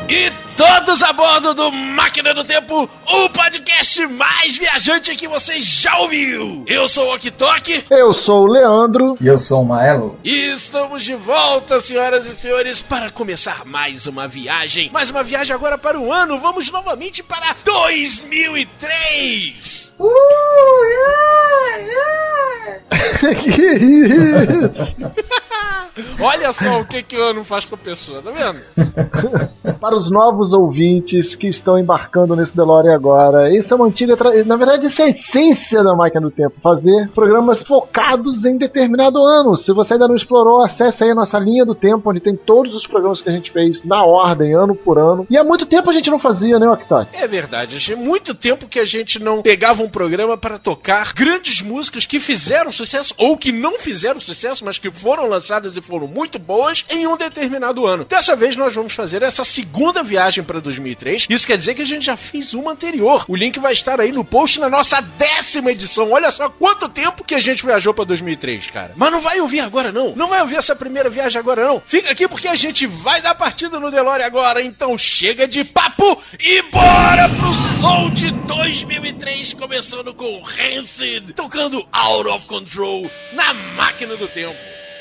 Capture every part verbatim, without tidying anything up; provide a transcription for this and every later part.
E todos a bordo do Máquina do Tempo, o podcast mais viajante que você já ouviu. Eu sou o Okitoki. Eu sou o Leandro. E eu sou o Maelo. E estamos de volta, senhoras e senhores, para começar mais uma viagem. Mais uma viagem agora para o ano. Vamos novamente para dois mil e três. Uh, yeah, yeah. Que isso? Olha só o que, que o ano faz com a pessoa, tá vendo? Para os novos ouvintes que estão embarcando nesse DeLorean agora, isso é uma antiga... Tra... Na verdade, isso é a essência da Máquina do Tempo. Fazer programas focados em determinado ano. Se você ainda não explorou, acesse aí a nossa linha do tempo, onde tem todos os programas que a gente fez na ordem, ano por ano. E há muito tempo a gente não fazia, né, Octavio? É verdade. Há muito tempo que a gente não pegava um programa para tocar grandes músicas que fizeram sucesso ou que não fizeram sucesso, mas que foram lançadas e foram muito boas em um determinado ano. Dessa vez nós vamos fazer essa segunda viagem para dois mil e três. Isso quer dizer que a gente já fez uma anterior. O link vai estar aí no post na nossa décima edição. Olha só quanto tempo que a gente viajou para dois mil e três, cara. Mas não vai ouvir agora não. Não vai ouvir essa primeira viagem agora não. Fica aqui porque a gente vai dar partida no DeLorean agora. Então chega de papo e bora pro som de dois mil e três, começando com Rancid tocando Out of Control na Máquina do Tempo.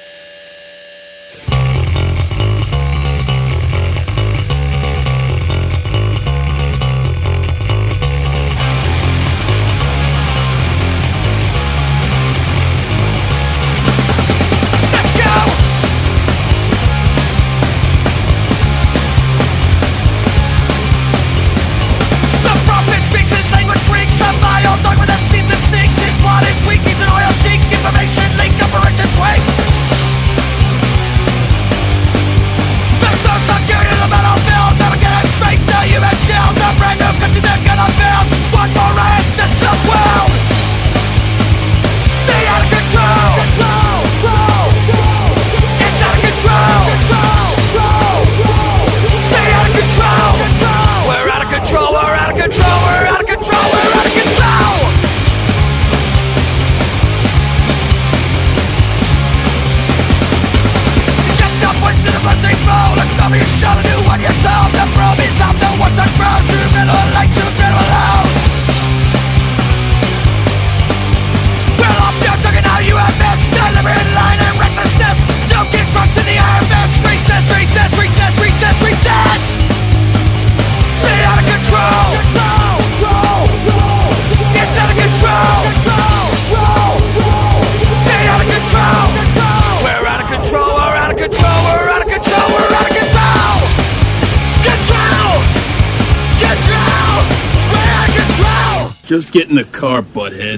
Information leak, operation swing. There's no security in the battlefield. Never get it straight, the human shield. A brand new country they're gonna build. One more race, this self-willed. Stay out of control. Control, control, control. It's out of control. Control, control, control. Stay out of control. Control. We're out of control, we're out of control, we're out of control, we're out of control. To the bloodstream flow, look over your shoulder, do what you're told. The probe is out, the words are gross. Subliminal lights, subliminal lows. Well, off your tongue and how you have missed deliberate line and recklessness. Don't get crushed in the iron fist. Recess, recess, recess, recess, recess. Stay out of control. Control, control, control. It's out of control. Control, control, control. Stay out of control. Control. We're out of control, we're out of control, we're out of control, we're out of control. Control. Control. We're out of control. Just get in the car, butthead.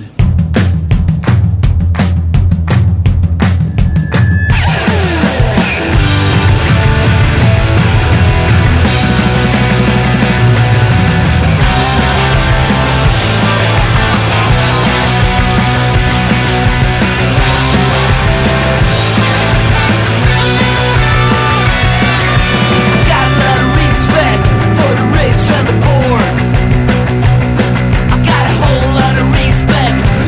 And the board. I got a whole lot of respect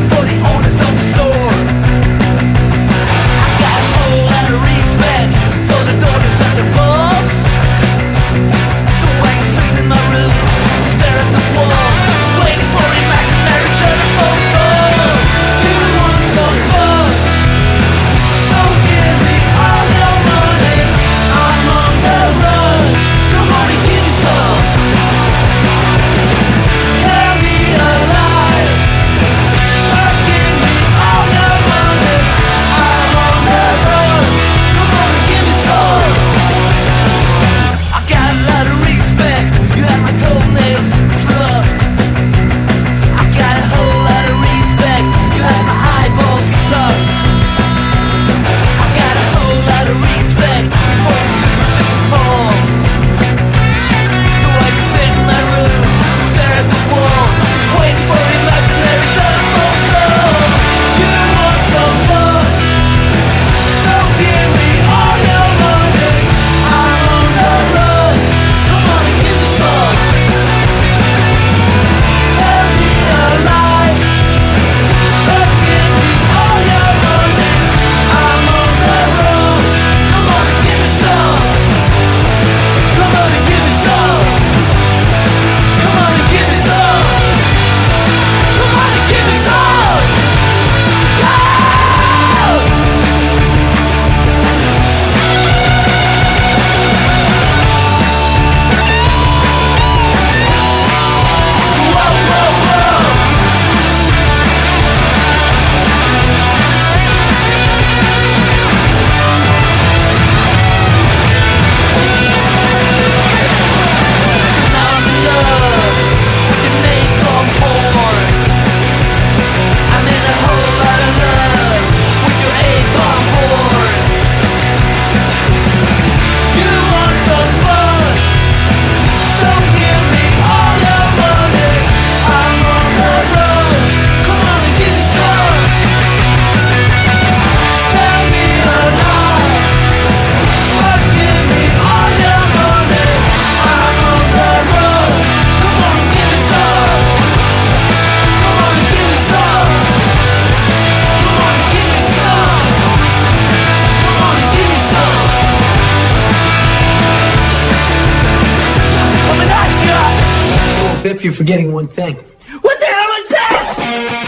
if you're forgetting one thing. What the hell is that?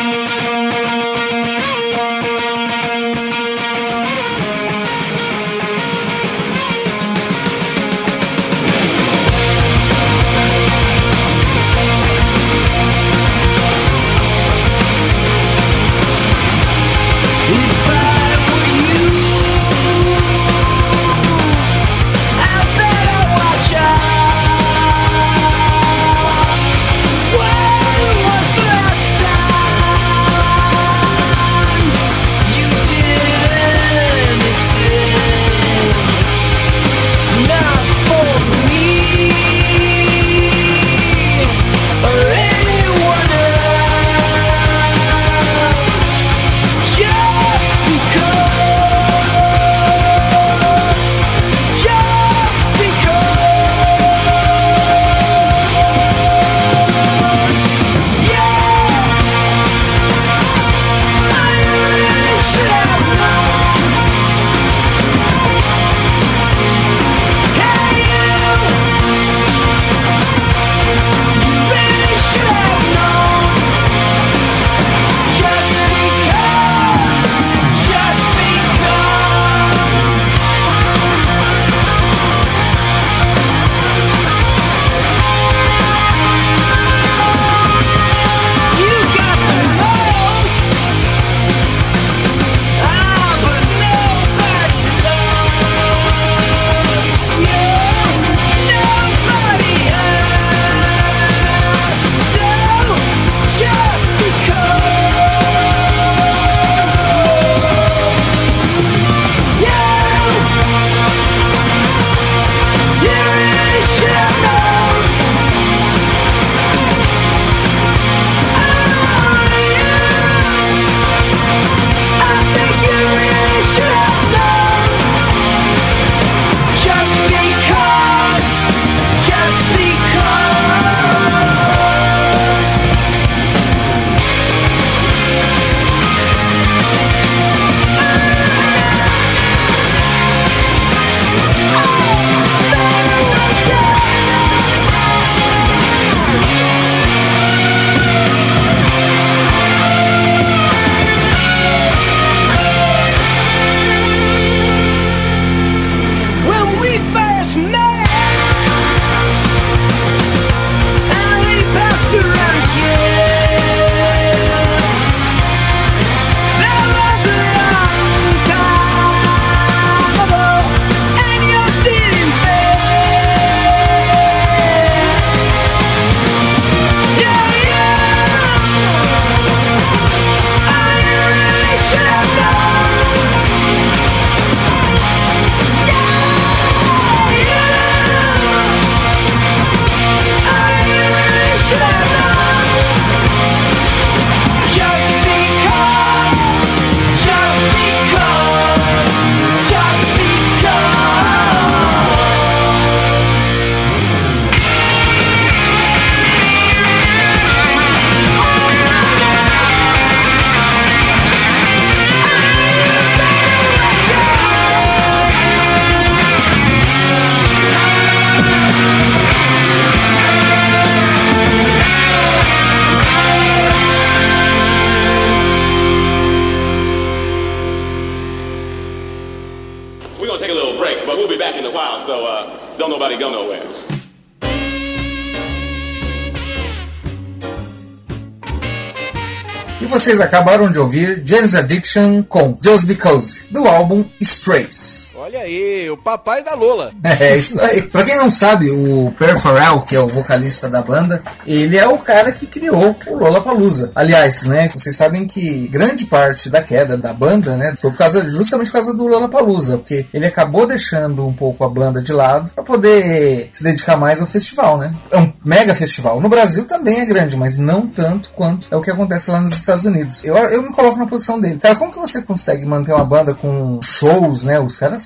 E vocês acabaram de ouvir Jane's Addiction com Just Because, do álbum Strays. Olha aí, o papai da Lola. É, isso aí. Pra quem não sabe, o Per Farrell, que é o vocalista da banda, ele é o cara que criou o Lollapalooza. Aliás, né, vocês sabem que grande parte da queda da banda, né, foi por causa, justamente por causa do Lollapalooza, porque ele acabou deixando um pouco a banda de lado pra poder se dedicar mais ao festival, né? É um mega festival. No Brasil também é grande, mas não tanto quanto é o que acontece lá nos Estados Unidos. Eu, eu me coloco na posição dele. Cara, como que você consegue manter uma banda com shows, né? Os caras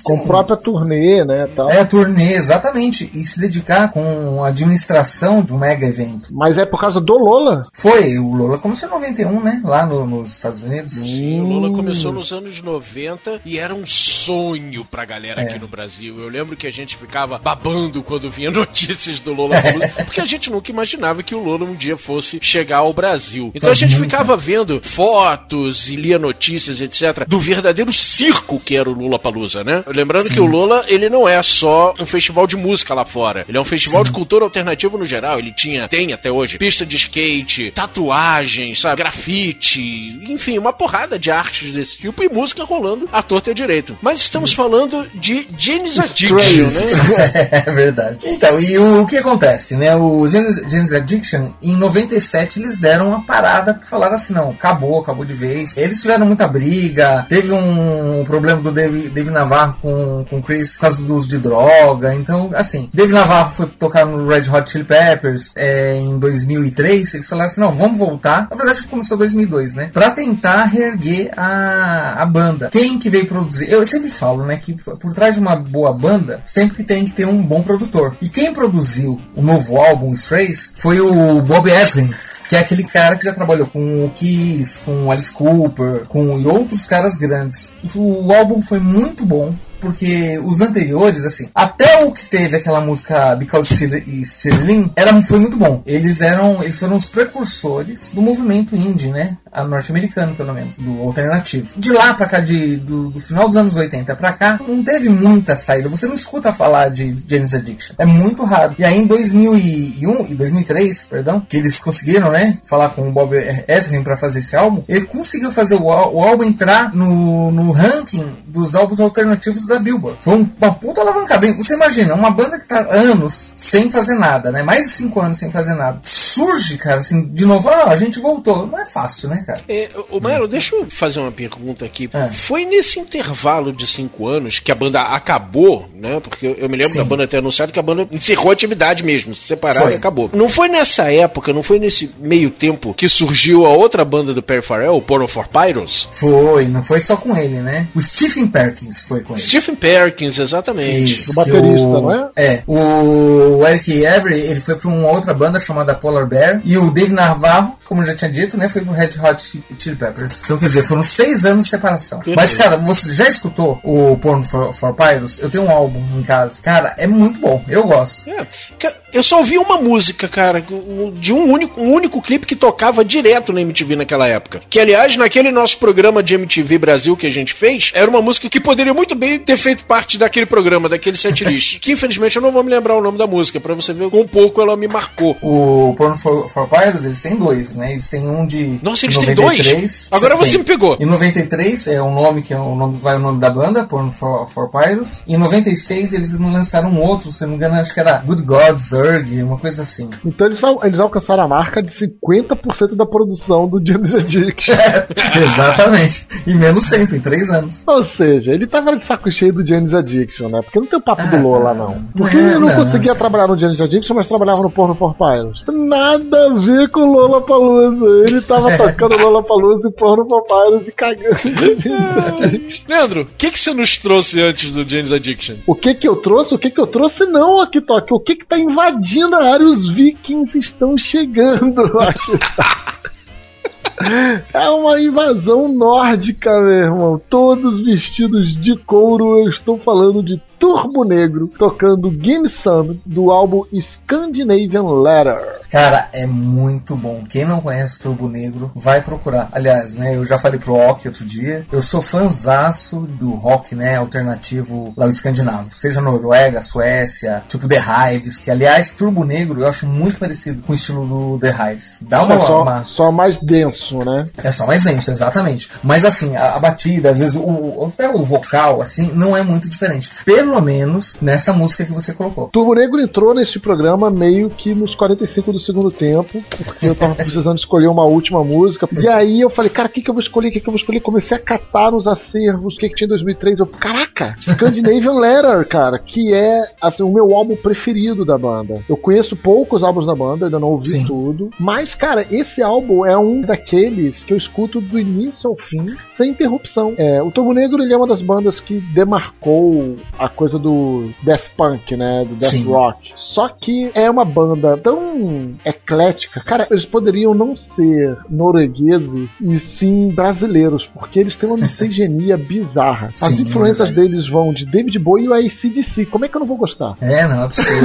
Com a própria turnê, né, tal. É, turnê, exatamente. E se dedicar com a administração de um mega evento. Mas é por causa do Lola? Foi, o Lola começou em noventa e um, né? Lá no, nos Estados Unidos. Sim, o Lola começou nos anos noventa e era um sonho pra galera É. aqui no Brasil. Eu lembro que a gente ficava babando quando vinha notícias do Lola Palusa, porque a gente nunca imaginava que o Lola um dia fosse chegar ao Brasil. Então a gente ficava vendo fotos e lia notícias, etcétera, do verdadeiro circo que era o Lola Palusa, né? Lembrando Sim. que o Lola, ele não é só um festival de música lá fora. Ele é um festival Sim. de cultura alternativa no geral. Ele tinha, tem até hoje, pista de skate, tatuagem, sabe, grafite, enfim, uma porrada de artes desse tipo e música rolando à torta e à direito. Mas estamos falando de Jane's Addiction, né? É verdade. Então, e o, o que acontece, né? O Jane's, Jane's Addiction, em noventa e sete, eles deram uma parada porque falaram assim, não, acabou, acabou de vez. Eles tiveram muita briga, teve um problema do Dave, Dave Navarro com, com o Chris por causa do uso de droga. Então, assim, Dave Navarro foi tocar no Red Hot Chili Peppers é, em dois mil e três. Eles falaram assim, não, vamos voltar. Na verdade, começou em dois mil e dois, né? Pra tentar reerguer a, a banda. Quem que veio produzir? Eu sempre falo, né, que por trás de uma boa banda, sempre tem que ter um bom produtor. E quem produziu o novo álbum, Strays, foi o Bob Ezrin, que é aquele cara que já trabalhou com o Kiss, com o Alice Cooper, com e outros caras grandes. O, o álbum foi muito bom, porque os anteriores, assim, até o que teve aquela música Because Sirlin, era, foi muito bom. Eles eram, eles foram os precursores do movimento indie, né? A norte-americano, pelo menos, do alternativo. De lá pra cá, de, do, do final dos anos oitenta pra cá, não teve muita saída. Você não escuta falar de Jane's Addiction. É muito raro. E aí em dois mil e um e dois mil e três, perdão, que eles conseguiram, né, falar com o Bob Ezrin pra fazer esse álbum, ele conseguiu fazer o, o álbum entrar no, no ranking dos álbuns alternativos da Billboard. Foi uma puta alavancada. Você imagina, uma banda que tá anos sem fazer nada, né? Mais de cinco anos sem fazer nada. Surge, cara, assim, de novo, ah, a gente voltou. Não é fácil, né, cara? É, o Mauro, deixa eu fazer uma pergunta aqui. É. Foi nesse intervalo de cinco anos que a banda acabou, né? Porque eu, eu me lembro Sim. da banda ter anunciado que a banda encerrou a atividade mesmo, se separaram Foi. e acabou. Não foi nessa época, não foi nesse meio tempo que surgiu a outra banda do Perry Farrell, o Porno for Pyros? Foi, não foi só com ele, né? O Stephen Perkins foi com ele. Stephen Perkins, exatamente. Isso, O baterista, que o, não é? É. O Eric Avery, ele foi pra uma outra banda chamada Polar Bear. E o Dave Navarro, como eu já tinha dito, né, foi pro Red Hot Chili Peppers. Então, quer dizer, foram seis anos de separação. Perfeito. Mas, cara, você já escutou o Porno for, for Pyros? Eu tenho um álbum em casa. Cara, é muito bom. Eu gosto. É. Eu só ouvi uma música, cara, de um único, um único clipe que tocava direto na M T V naquela época. Que, aliás, naquele nosso programa de M T V Brasil que a gente fez, era uma música que poderia muito bem ter feito parte daquele programa, daquele setlist. Que, infelizmente, eu não vou me lembrar o nome da música, pra você ver quão pouco ela me marcou. O Porno for, for Pyros, eles têm dois, né? Eles têm um de Nossa, eles têm noventa e três. dois? Agora você Tem. me pegou. Em noventa e três é o nome que é o nome, vai o nome da banda, Porno for, for Pyros. Em noventa e seis eles lançaram um outro, se não me engano, acho que era Good God, Zurg, uma coisa assim. Então eles, al- eles alcançaram a marca de cinquenta por cento da produção do Jane's Addiction. Exatamente. E menos tempo, em três anos. Ou seja, ele tava de saco cheio do Jane's Addiction, né? Porque não tem o papo do Ah, Lola, não. Porque não, ele não, não. conseguia trabalhar no Jane's Addiction, mas trabalhava no Porno for Pyros. Nada a ver com Lola Palusa. Ele tava tocando Lola Palusa e Porno for Pyros e cagando no Jane's Addiction. Leandro, o que, que você nos trouxe antes do Jane's Addiction? O que que eu trouxe? O que que eu trouxe? Não, aqui toque. O que que tá invadindo a área? Os vikings estão chegando. Aqui tá. É uma invasão nórdica, meu irmão. Todos vestidos de couro. Eu estou falando de Turbo Negro tocando Gimme Some do álbum Scandinavian Letter. Cara, é muito bom. Quem não conhece Turbo Negro, vai procurar. Aliás, né, eu já falei pro Rock outro dia, eu sou fãzaço do rock, né, alternativo lá escandinavo. Seja Noruega, Suécia, tipo The Hives, que aliás, Turbo Negro eu acho muito parecido com o estilo do The Hives. Dá uma... É só, uma... só mais denso, né? É só mais denso, exatamente. Mas assim, a, a batida, às vezes, o, até o vocal, assim, não é muito diferente. Pelo menos nessa música que você colocou. Turbo Negro entrou neste programa meio que nos quarenta e cinco do segundo tempo, porque eu tava precisando escolher uma última música. E aí eu falei, cara, o que, que eu vou escolher? O que, que eu vou escolher? Comecei a catar nos acervos, o que, que tinha em dois mil e três. Eu, caraca, Scandinavian Letter, cara, que é assim, o meu álbum preferido da banda. Eu conheço poucos álbuns da banda, ainda não ouvi Sim. tudo. Mas, cara, esse álbum é um daqueles daqueles que eu escuto do início ao fim, sem interrupção. É, o Turbo Negro, ele é uma das bandas que demarcou a coisa do death punk, né, do death Sim. rock. Só que é uma banda tão eclética. Cara, eles poderiam não ser noruegueses e sim brasileiros, porque eles têm uma misogenia bizarra. Sim, As influências é deles vão de David Bowie e o A C D C. Como é que eu não vou gostar? É, não, absurdo.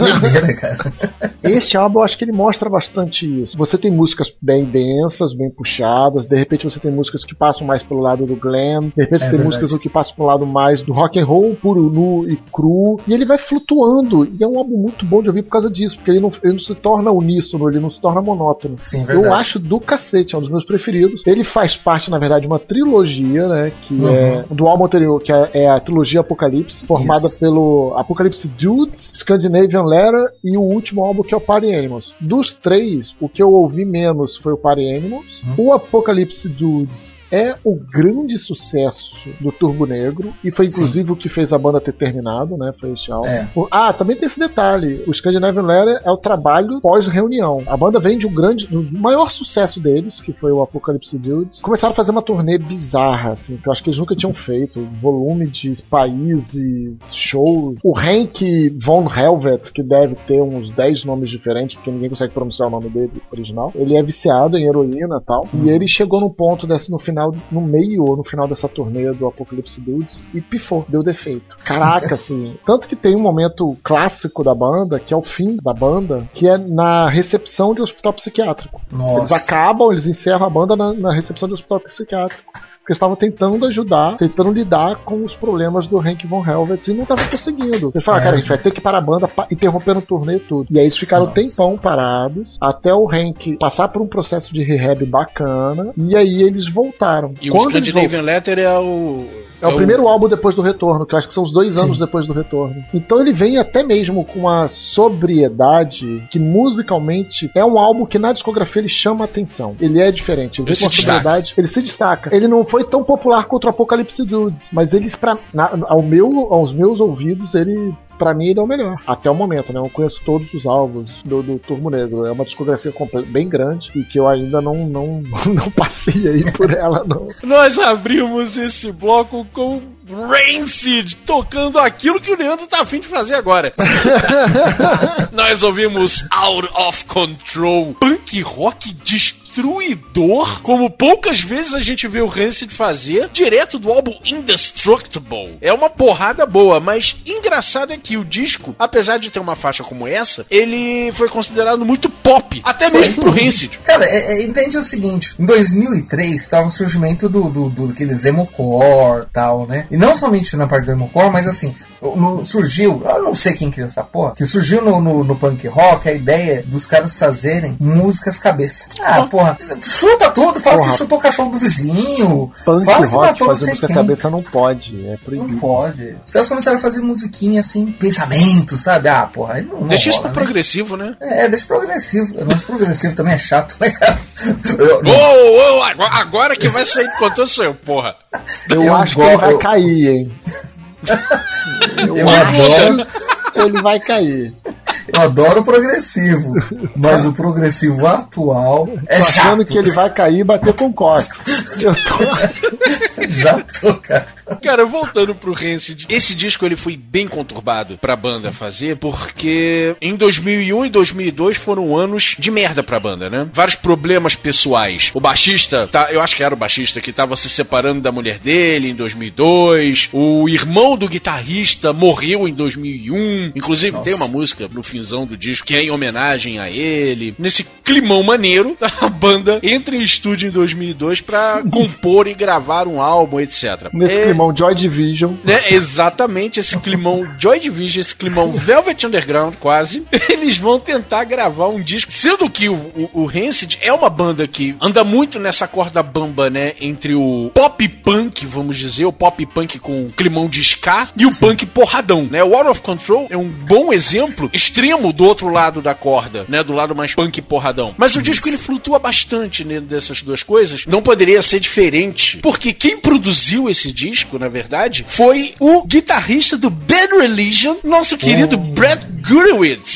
cara. Este álbum, eu acho que ele mostra bastante isso. Você tem músicas bem densas, bem puxadas, de repente você tem músicas que passam mais pelo lado do glam, de repente é você tem verdade. músicas que passam pelo lado mais do rock and roll, puro, nu e cru, e ele vai flutuando, e é um álbum muito bom de ouvir por causa disso, porque ele não, ele não se torna uníssono, ele não se torna monótono. Sim, eu acho do cacete, é um dos meus preferidos. Ele faz parte, na verdade, de uma trilogia, né, que uhum. é do álbum anterior, que é, é a trilogia Apocalipse, formada Isso. pelo Apocalypse Dudes, Scandinavian Letter e o último álbum, que é o Party Animals. Dos três, o que eu ouvi menos foi o Party Animals. Uhum. O Apocalypse Dudes é o grande sucesso do Turbo Negro, e foi inclusive Sim. o que fez a banda ter terminado, né? Foi esse álbum. É. Ah, também tem esse detalhe: o Scandinavian Letter é o trabalho pós-reunião. A banda vem de um grande, do maior sucesso deles, que foi o Apocalypse Dudes. Começaram a fazer uma turnê bizarra, assim, que eu acho que eles nunca tinham feito. Volume de países, shows. O Henk von Helvet, que deve ter uns dez nomes diferentes, porque ninguém consegue pronunciar o nome dele original. Ele é viciado em heroína e tal. Hum. E ele chegou num ponto desse, no final no meio ou no final dessa turnê do Apocalypse Dudes e pifou, deu defeito. Caraca, assim. Tanto que tem um momento clássico da banda, que é o fim da banda, que é na recepção de hospital psiquiátrico. Nossa. Eles acabam, eles encerram a banda na, na recepção de hospital psiquiátrico. Porque eles estavam tentando ajudar, tentando lidar com os problemas do Henk von Helvet e não estavam conseguindo. Eles falaram, é. cara, a gente vai ter que parar a banda, pa- interrompendo o turnê e tudo. E aí eles ficaram um tempão parados, até o Henk passar por um processo de rehab bacana, e aí eles voltaram. E Quando o Scandinavian Letter é o... É o é primeiro o... álbum depois do retorno, que eu acho que são os dois Sim. anos depois do retorno. Então ele vem até mesmo com uma sobriedade que musicalmente é um álbum que na discografia ele chama a atenção. Ele é diferente. Ele, ele, com a sobriedade, ele se destaca. Ele não foi tão popular contra o Apocalypse Dudes, mas eles, pra, na, ao meu, aos meus ouvidos, ele... Pra mim ele é o melhor, até o momento, né? Eu conheço todos os álbuns do, do Turbo Negro. É uma discografia bem grande e que eu ainda não, não, não passei aí por ela, não. Nós abrimos esse bloco com Rancid tocando aquilo que o Leandro tá afim de fazer agora. Nós ouvimos Out of Control, punk rock destruidor, como poucas vezes a gente vê o Rancid fazer, direto do álbum Indestructible. É uma porrada boa, mas engraçado é que o disco, apesar de ter uma faixa como essa, ele foi considerado muito pop, até mesmo pro Rancid. Cara, é, é, entende o seguinte, em dois mil e três tava o surgimento do, do, do aqueles emo-core e tal, né? E não somente na parte do emo-core, mas assim, no, surgiu, eu não sei quem criou essa porra, que surgiu no, no, no punk rock a ideia dos caras fazerem músicas cabeça. Ah, oh. porra, chuta tudo, fala porra. que chutou o cachorro do vizinho. Punk fala rock fazer música quem. cabeça não pode, é proibido. Não pode. Os caras começaram a fazer musiquinha assim, pensamento, sabe? Ah, porra, aí não, não deixa rola, isso pro né? progressivo, né? É, deixa progressivo. Mas progressivo também é chato, né, cara? Ô, ô, agora que vai sair contou sou eu, porra. Eu, eu acho go- que ele vai eu... cair, hein? Eu, eu adoro. Ele vai cair. Eu adoro o progressivo, mas o progressivo atual é chato. Achando que ele vai cair e bater com o Cox. Eu tô... Já tô, cara. Cara, voltando pro Rancid, esse disco ele foi bem conturbado pra banda fazer, porque em dois mil e um e dois mil e dois foram anos de merda pra banda, né? Vários problemas pessoais. O baixista, tá, eu acho que era o baixista que tava se separando da mulher dele em dois mil e dois. O irmão do guitarrista morreu em dois mil e um. Inclusive Nossa. tem uma música no finzão do disco que é em homenagem a ele. Nesse climão maneiro, a banda entra em estúdio em dois mil e dois pra compor e gravar um álbum, etcétera. Nesse é... climão Joy Division. É, exatamente, esse climão Joy Division, esse climão Velvet Underground, quase. Eles vão tentar gravar um disco. Sendo que o, o, o Rancid é uma banda que anda muito nessa corda bamba, né? Entre o pop punk, vamos dizer, o pop punk com climão de ska e o Sim. punk porradão, né? O Out of Control é um bom exemplo extremo do outro lado da corda, né? Do lado mais punk porradão. Mas o disco ele flutua bastante dentro dessas duas coisas. Não poderia ser diferente, porque quem produziu esse disco, na verdade, foi o guitarrista do Bad Religion, nosso querido oh. Brad Gurewitz.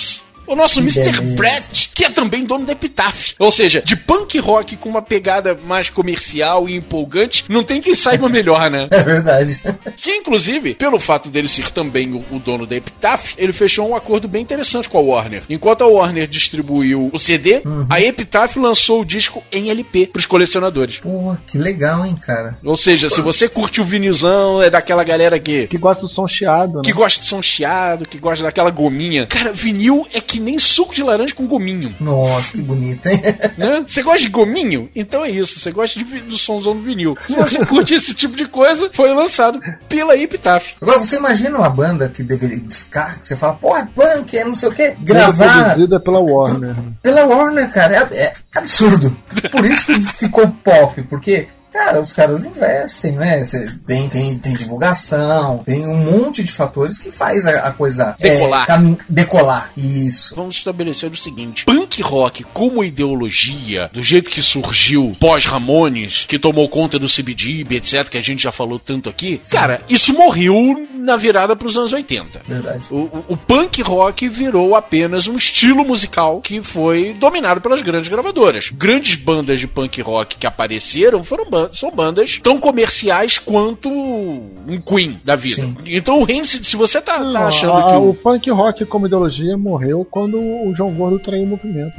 O nosso Que mister beleza. Brett, que é também dono da Epitaph. Ou seja, de punk rock com uma pegada mais comercial e empolgante, não tem quem saiba melhor, né? É verdade. Que, inclusive, pelo fato dele ser também o, o dono da Epitaph, ele fechou um acordo bem interessante com a Warner. Enquanto a Warner distribuiu o C D, Uhum. a Epitaph lançou o disco em L P pros colecionadores. Pô, que legal, hein, cara. Ou seja, se você curte o vinilzão, é daquela galera que... Que gosta do som chiado, né? Que gosta de som chiado, que gosta daquela gominha. Cara, vinil é que nem suco de laranja com gominho. Nossa, que bonito, hein? Né? Você gosta de gominho? Então é isso, você gosta de, vi- do somzão do vinil. Se você curte esse tipo de coisa, foi lançado pela Epitaph. Agora, você imagina uma banda que deveria discar, que você fala, pô, é punk, é não sei o quê, Sendo gravar produzida pela Warner. pela Warner, cara, é, é absurdo. Por isso que ficou pop, porque... Cara, os caras investem, né? Cê tem, tem, tem divulgação, tem um monte de fatores que faz a, a coisa Decolar. É, cami- decolar. Isso. Vamos estabelecer o seguinte: punk rock como ideologia, do jeito que surgiu pós-Ramones, que tomou conta do C B G B, etcétera, que a gente já falou tanto aqui, cara, isso morreu na virada pros anos oitenta. Verdade. O, o, o punk rock virou apenas um estilo musical que foi dominado pelas grandes gravadoras. Grandes bandas de punk rock que apareceram foram ban- são bandas tão comerciais quanto um Queen da vida. Sim. Então o Rancid, se você tá, tá Não, achando a- que o o... punk rock como ideologia morreu quando o João Gordo traiu o movimento.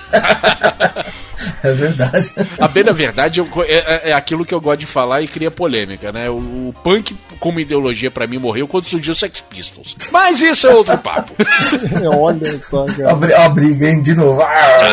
É verdade. A bem na verdade eu- é, é- é aquilo que eu gosto de falar e cria polêmica, né? O, o punk como ideologia pra mim morreu quando surgiu o Sex Pistols. Mas isso é outro papo. Olha só, A, cara. bri- a briga, hein, de novo.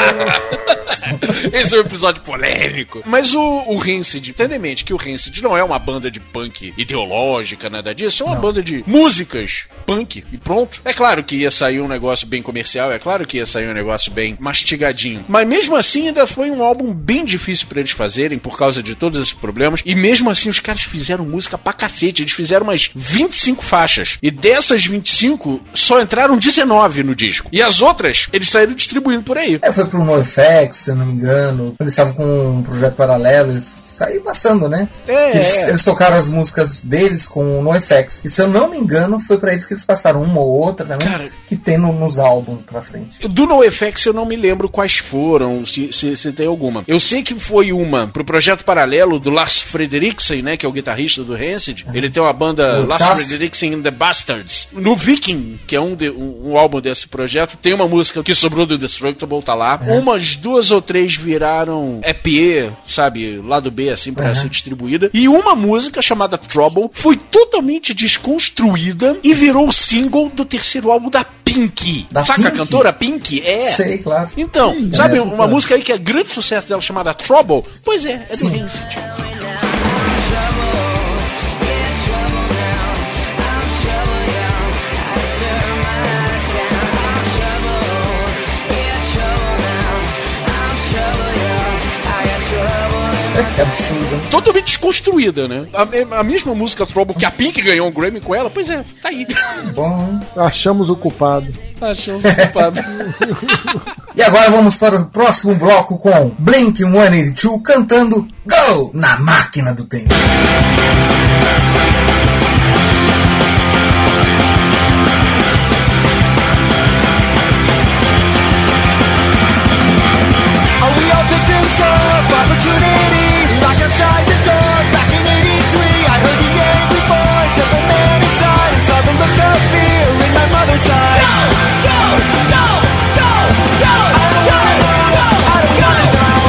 Esse é um episódio polêmico. Mas o, o Rancid, tenha em mente que o Rancid não é uma banda de punk ideológica, nada disso. É uma Não. banda de músicas punk e pronto. É claro que ia sair um negócio bem comercial, é claro que ia sair um negócio bem mastigadinho. Mas mesmo assim ainda foi um álbum bem difícil pra eles fazerem por causa de todos esses problemas. E mesmo assim os caras fizeram música pra cacete. Eles fizeram umas vinte e cinco faixas. E dessas vinte e cinco, só entraram dezenove no disco. E as outras, eles saíram distribuindo por aí. É, foi pro NoFX, se eu não me engano. Eles estavam com um projeto paralelo, eles saíram passando, né? É, Que eles, é. eles tocaram as músicas deles com o NoFX. E se eu não me engano, foi pra eles que eles passaram uma ou outra também, Cara, que tem no- nos álbuns pra frente. Do NoFX eu não me lembro quais foram, se, se, se tem alguma. Eu sei que foi uma pro projeto paralelo do Lars Frederiksen, né, que é o guitarrista do Rancid. Ele tem uma banda, O Lars Taff. Frederiksen and the Bastards. No Viking, que é um, de- um, um álbum desse projeto, tem uma música que sobrou do Destructible, tá lá. Umas duas ou três viraram E P, sabe, lado B, assim, pra Uhum. ser distribuída. E uma música chamada Trouble foi totalmente desconstruída e virou o single do terceiro álbum da Pink. Da Saca a Pink? cantora Pink? É. Sei, claro. Então, Sim, sabe é, uma claro. música aí que é grande sucesso dela chamada Trouble? Pois é, é do Sim. Rancid. Que absurdo. Totalmente desconstruída, né? A, a mesma música Trouble que a Pink ganhou um Grammy com ela, pois é, tá aí. Bom, hein? Achamos o culpado. Achou culpado. E agora vamos para o próximo bloco com Blink one eighty-two cantando Go! Na Máquina do Tempo. Are we all victims of opportunity? Locked outside the door back in eighty-three. I heard the angry voice of the man inside and saw the look of fear in my mother's eyes. Go, go, go, go, go, I don't wanna know, I don't wanna know.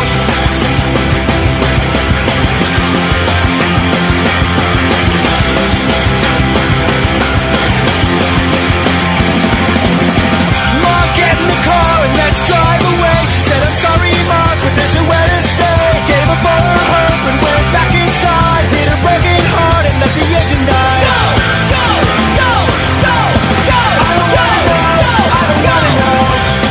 Mom, get in the car and let's drive away. She said, I'm sorry, Mark, but there's nowhere to stay. Gave up all her hope and went back inside. Hit her broken heart and let the engine die. Go, go, go, go, go. I don't wanna know, I don't wanna know.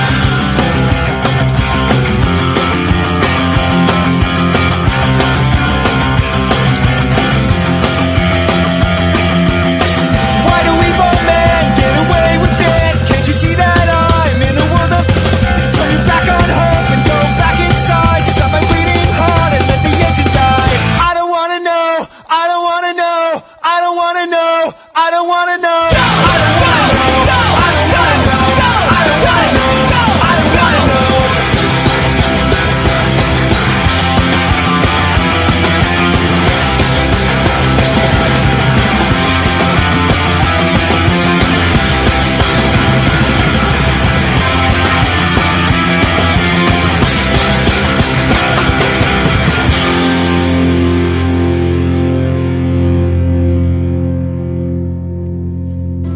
Why do evil men get away with it? Can't you see that I'm in a world of... Turn your back on hope and go back inside. Stop my bleeding heart and let the engine die. I don't wanna know, I don't wanna know, I don't wanna know, I don't wanna know. I don't wanna know, I don't wanna know, I don't wanna know.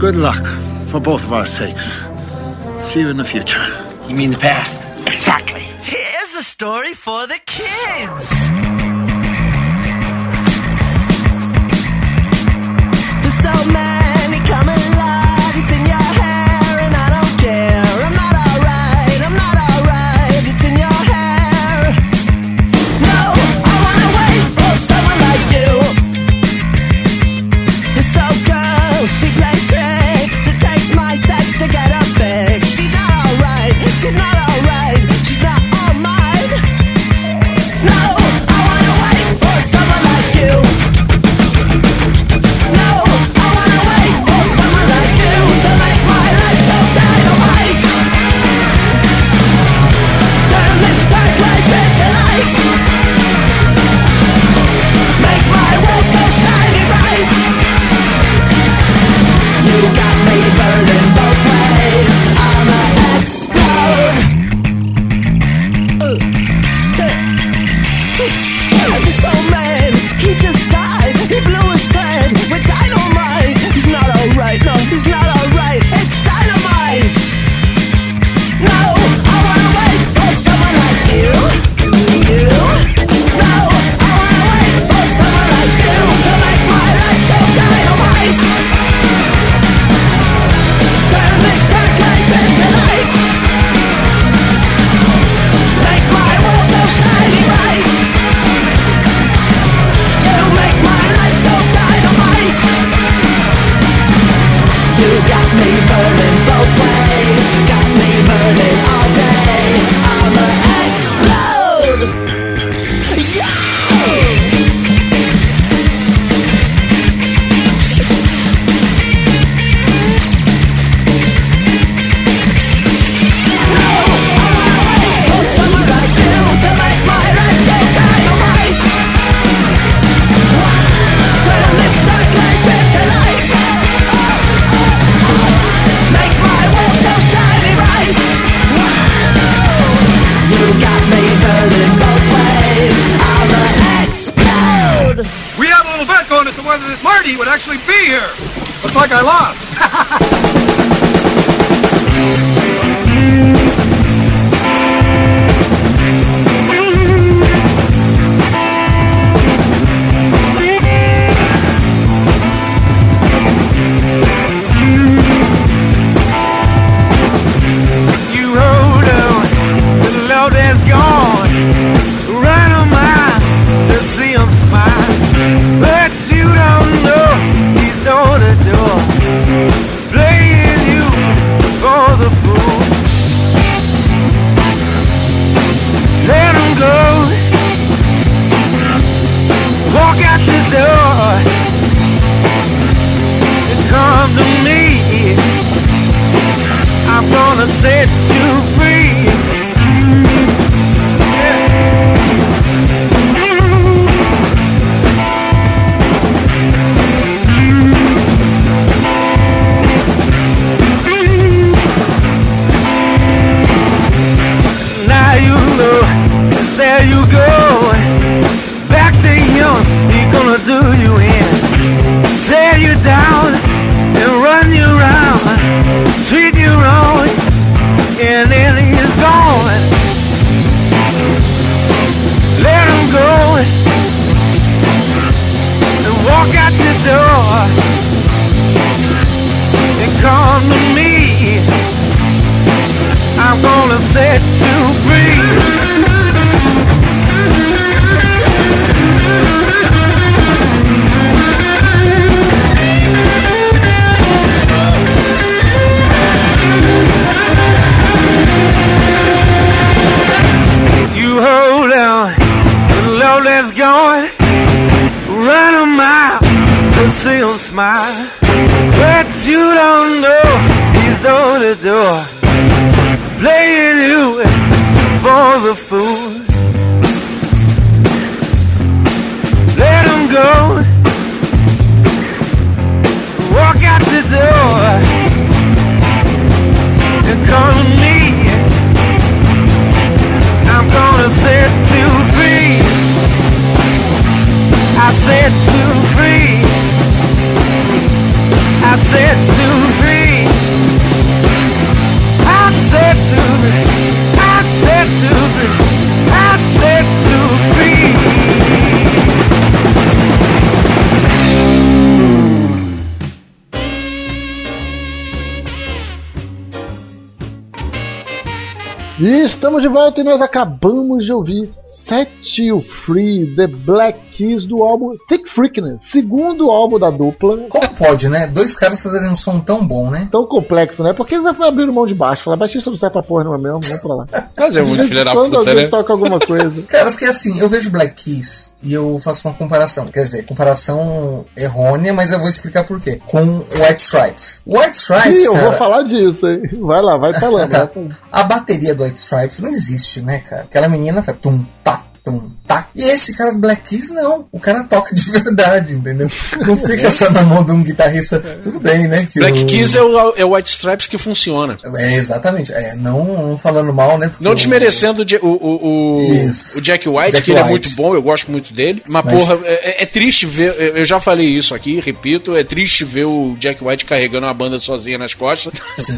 Good luck for both of our sakes. See you in the future. You mean the past? Exactly. Here's a story for the kids. There's so many coming light. It's in your hair and I don't care. I'm not alright, I'm not alright. It's in your hair. No, I wanna wait for someone like you. This old girl, she plays tricks. It takes my sex to get her fixed. She's not alright, she's not alright. She's not all mine. No, I wanna wait for someone like you. No, I wanna wait for someone like you to make my life so dynamite. Turn this dark life into light. Make my world so shiny bright. You got me burning both ways. I'ma explode. Uh, uh, this old man, he just died. He blew his head with dynamite. He's not alright, no, he's not alright. It's dynamite. No, I wanna wait for someone like you. You. No, I wanna wait for someone like you to make my life so dynamite. Turn this dark life into light. Make my world so shiny bright. You make my life so dynamite. You got me burning both ways. Got me burning all day. I'ma explode. Yeah! For someone like you to make my life so dynamite. Turn this dark life into light. Make my world so shiny bright. You got me burning both ways. I'ma explode. We have a little bet going as to whether this Marty would actually be here. Looks like I lost. You hold on, the load is gone. Run a mile to see him smile. But you don't know he's door to door, playing you for the fool. Let him go, walk out the door, and come to me. I'm gonna set you free. Now you know, there you go. Back to him, he's gonna do you in. Tear you down and run you round. Treat you wrong, and then he's gone. Let him go and walk out the door and come to me. I'm gonna set you free. You hold on, the load is gone. Run a mile to see him smile. But you don't know he's door to door, playing you for the fool. Let him go, walk out the door, and come to me. I'm gonna set you free. I set you free. I set to free. I'm set to free. I'm set to free. I'm set to free. E estamos de volta e nós acabamos de ouvir Set You Free, The Black Keys, do álbum Thick Freakness, segundo álbum da dupla. Como pode, né? Dois caras fazerem um som tão bom, né? Tão complexo, né? Porque eles abriram mão de baixo. Falaram, baixista não sai pra porra, não é mesmo? Vamos pra lá. Mas é muito filha da quando puta, alguém né? toca alguma coisa. Cara, porque assim, eu vejo Black Keys e eu faço uma comparação. Quer dizer, comparação errônea, mas eu vou explicar por quê. Com White Stripes. White Stripes, Ih, eu cara, vou falar disso, hein? Vai lá, vai falando. tá. Vai falando. A bateria do White Stripes não existe, né, cara? Aquela menina faz tum, tá, tum, tá. E esse cara do Black Keys, não. O cara toca de verdade, entendeu? Não fica só na mão de um guitarrista. Tudo bem, né? Que Black o... Keys é o, é o White Stripes que funciona. É, exatamente. É, não, não falando mal, né? Não desmerecendo o, o, o, o Jack White, Jack que ele White. é muito bom, eu gosto muito dele. Mas, Mas- porra, é, é triste ver. Eu já falei isso aqui, repito, é triste ver o Jack White carregando uma banda sozinha nas costas.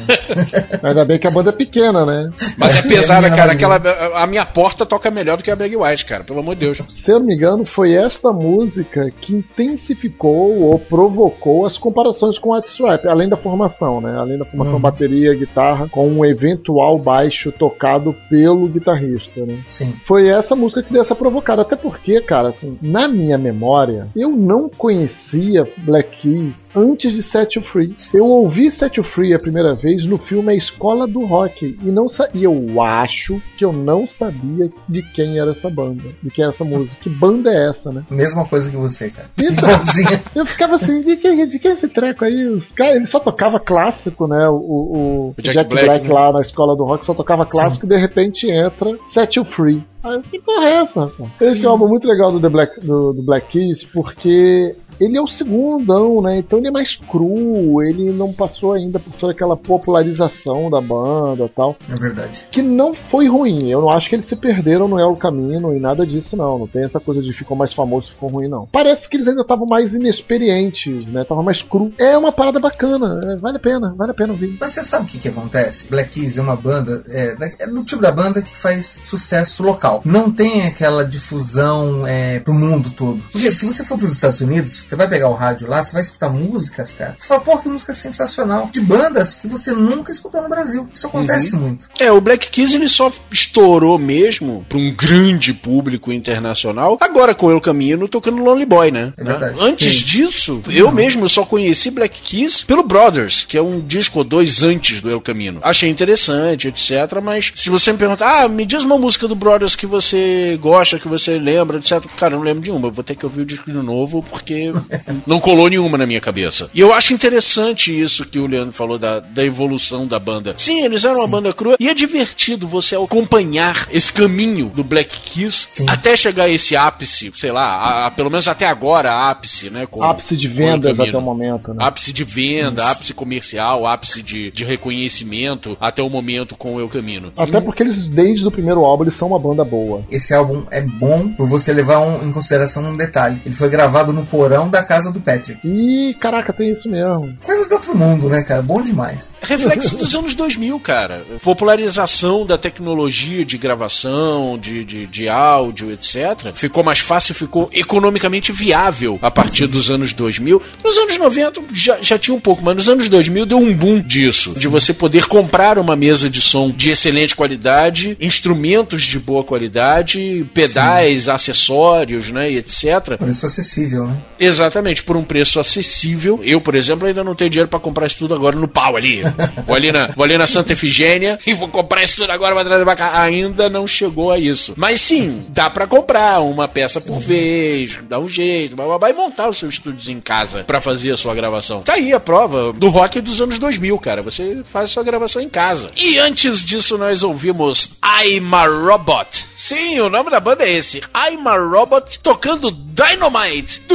Ainda bem que a banda é pequena, né? Mas é pesada, É, cara. é, Aquela, a minha porta toca melhor do que a Black White, cara. Pelo amor de Deus. Se eu não me engano, foi esta música que intensificou ou provocou as comparações com White Stripe, além da formação, né? Além da formação Uhum. bateria, guitarra, com um eventual baixo tocado pelo guitarrista, né? Sim. Foi essa música que deu essa provocada. Até porque, cara, assim, na minha memória, eu não conhecia Black Keys antes de Set You Free. Eu ouvi Set You Free a primeira vez no filme A Escola do Rock e não sa- e eu acho que eu não sabia de quem era essa banda, de quem era essa música. Que banda é essa, né? Mesma coisa que você, cara. Então, Igualzinho. eu ficava assim, de quem, de quem é esse treco aí? Os caras, ele só tocava clássico, né? O, o, o Jack Jack, Black, Black, né? lá na Escola do Rock só tocava clássico e de repente entra Set You Free. Aí, que porra é essa, rapaz? Esse é um álbum muito legal do, The Black, do, do Black Keys, porque ele é o segundão, né? Então ele é mais cru, ele não passou ainda por toda aquela popularização da banda e tal. É verdade. Que não foi ruim. Eu não acho que eles se perderam no El Camino e nada disso, não. Não tem essa coisa de ficou mais famoso, ficou ruim, não. Parece que eles ainda estavam mais inexperientes, né? Estavam mais cru. É uma parada bacana. é, Vale a pena, vale a pena ouvir. Mas você sabe o que que acontece? Black Keys é uma banda, é, é do tipo da banda que faz sucesso local. Não tem aquela difusão é, pro mundo todo. Porque se você for pros Estados Unidos, você vai pegar o rádio lá, você vai escutar músicas, cara. Você fala, pô, que música sensacional. De bandas que você nunca escutou no Brasil. Isso acontece muito. É, o Black Keys ele só estourou mesmo pra um grande público internacional agora com o El Camino tocando Lonely Boy, né? É verdade. Antes Sim. disso, eu mesmo só conheci Black Keys pelo Brothers, que é um disco ou dois antes do El Camino. Achei interessante, etcétera. Mas se você me perguntar, ah, me diz uma música do Brothers que você gosta, que você lembra, etcétera. Cara, eu não lembro de uma. Eu vou ter que ouvir o disco de novo porque não colou nenhuma na minha cabeça. E eu acho interessante isso que o Leandro falou da, da evolução da banda. Sim, eles eram uma banda crua e é divertido você acompanhar esse caminho do Black Keys Sim. até chegar a esse ápice, sei lá, a, a, pelo menos até agora ápice, né? Com, Ápice de com vendas El Camino. até o momento, né? Ápice de venda, ápice comercial, ápice de, de reconhecimento até o momento com o El Camino. Até porque eles, desde o primeiro álbum, eles são uma banda boa. Esse álbum é bom por você levar um, em consideração um detalhe. Ele foi gravado no porão da casa do Patrick. Ih, caraca, tem isso mesmo. Coisas do outro mundo, né, cara? Bom demais. Reflexo dos anos dois mil, cara. Popularização da tecnologia de gravação, de, de, de áudio, etcétera. Ficou mais fácil, ficou economicamente viável a partir dos anos dois mil. Nos anos noventa já, já tinha um pouco, mas nos anos dois mil deu um boom disso. De você poder comprar uma mesa de som de excelente qualidade, instrumentos de boa qualidade, pedais, acessórios, né, e etcétera. Preço acessível, né? Exatamente, por um preço acessível. Eu, por exemplo, ainda não tenho dinheiro pra comprar isso tudo agora no pau ali. Vou ali na, vou ali na Santa Efigênia e vou comprar isso tudo agora pra trazer pra cá. Ainda não chegou a isso. Mas sim, dá pra comprar uma peça por vez, dá um jeito, blá, blá, blá, e montar o seu estúdio em casa pra fazer a sua gravação. Tá aí a prova do rock dos anos dois mil, cara. Você faz a sua gravação em casa. E antes disso, nós ouvimos I'm a Robot. Sim, o nome da banda é esse. I'm a Robot tocando Dynamite do disco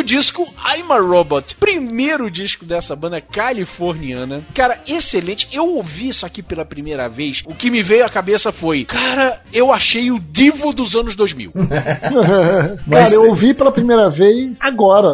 I'm a Robot, primeiro disco dessa banda californiana. Cara, excelente. Eu ouvi isso aqui pela primeira vez. O que me veio à cabeça foi, cara, eu achei o divo dos anos dois mil. Cara, eu ouvi pela primeira vez agora.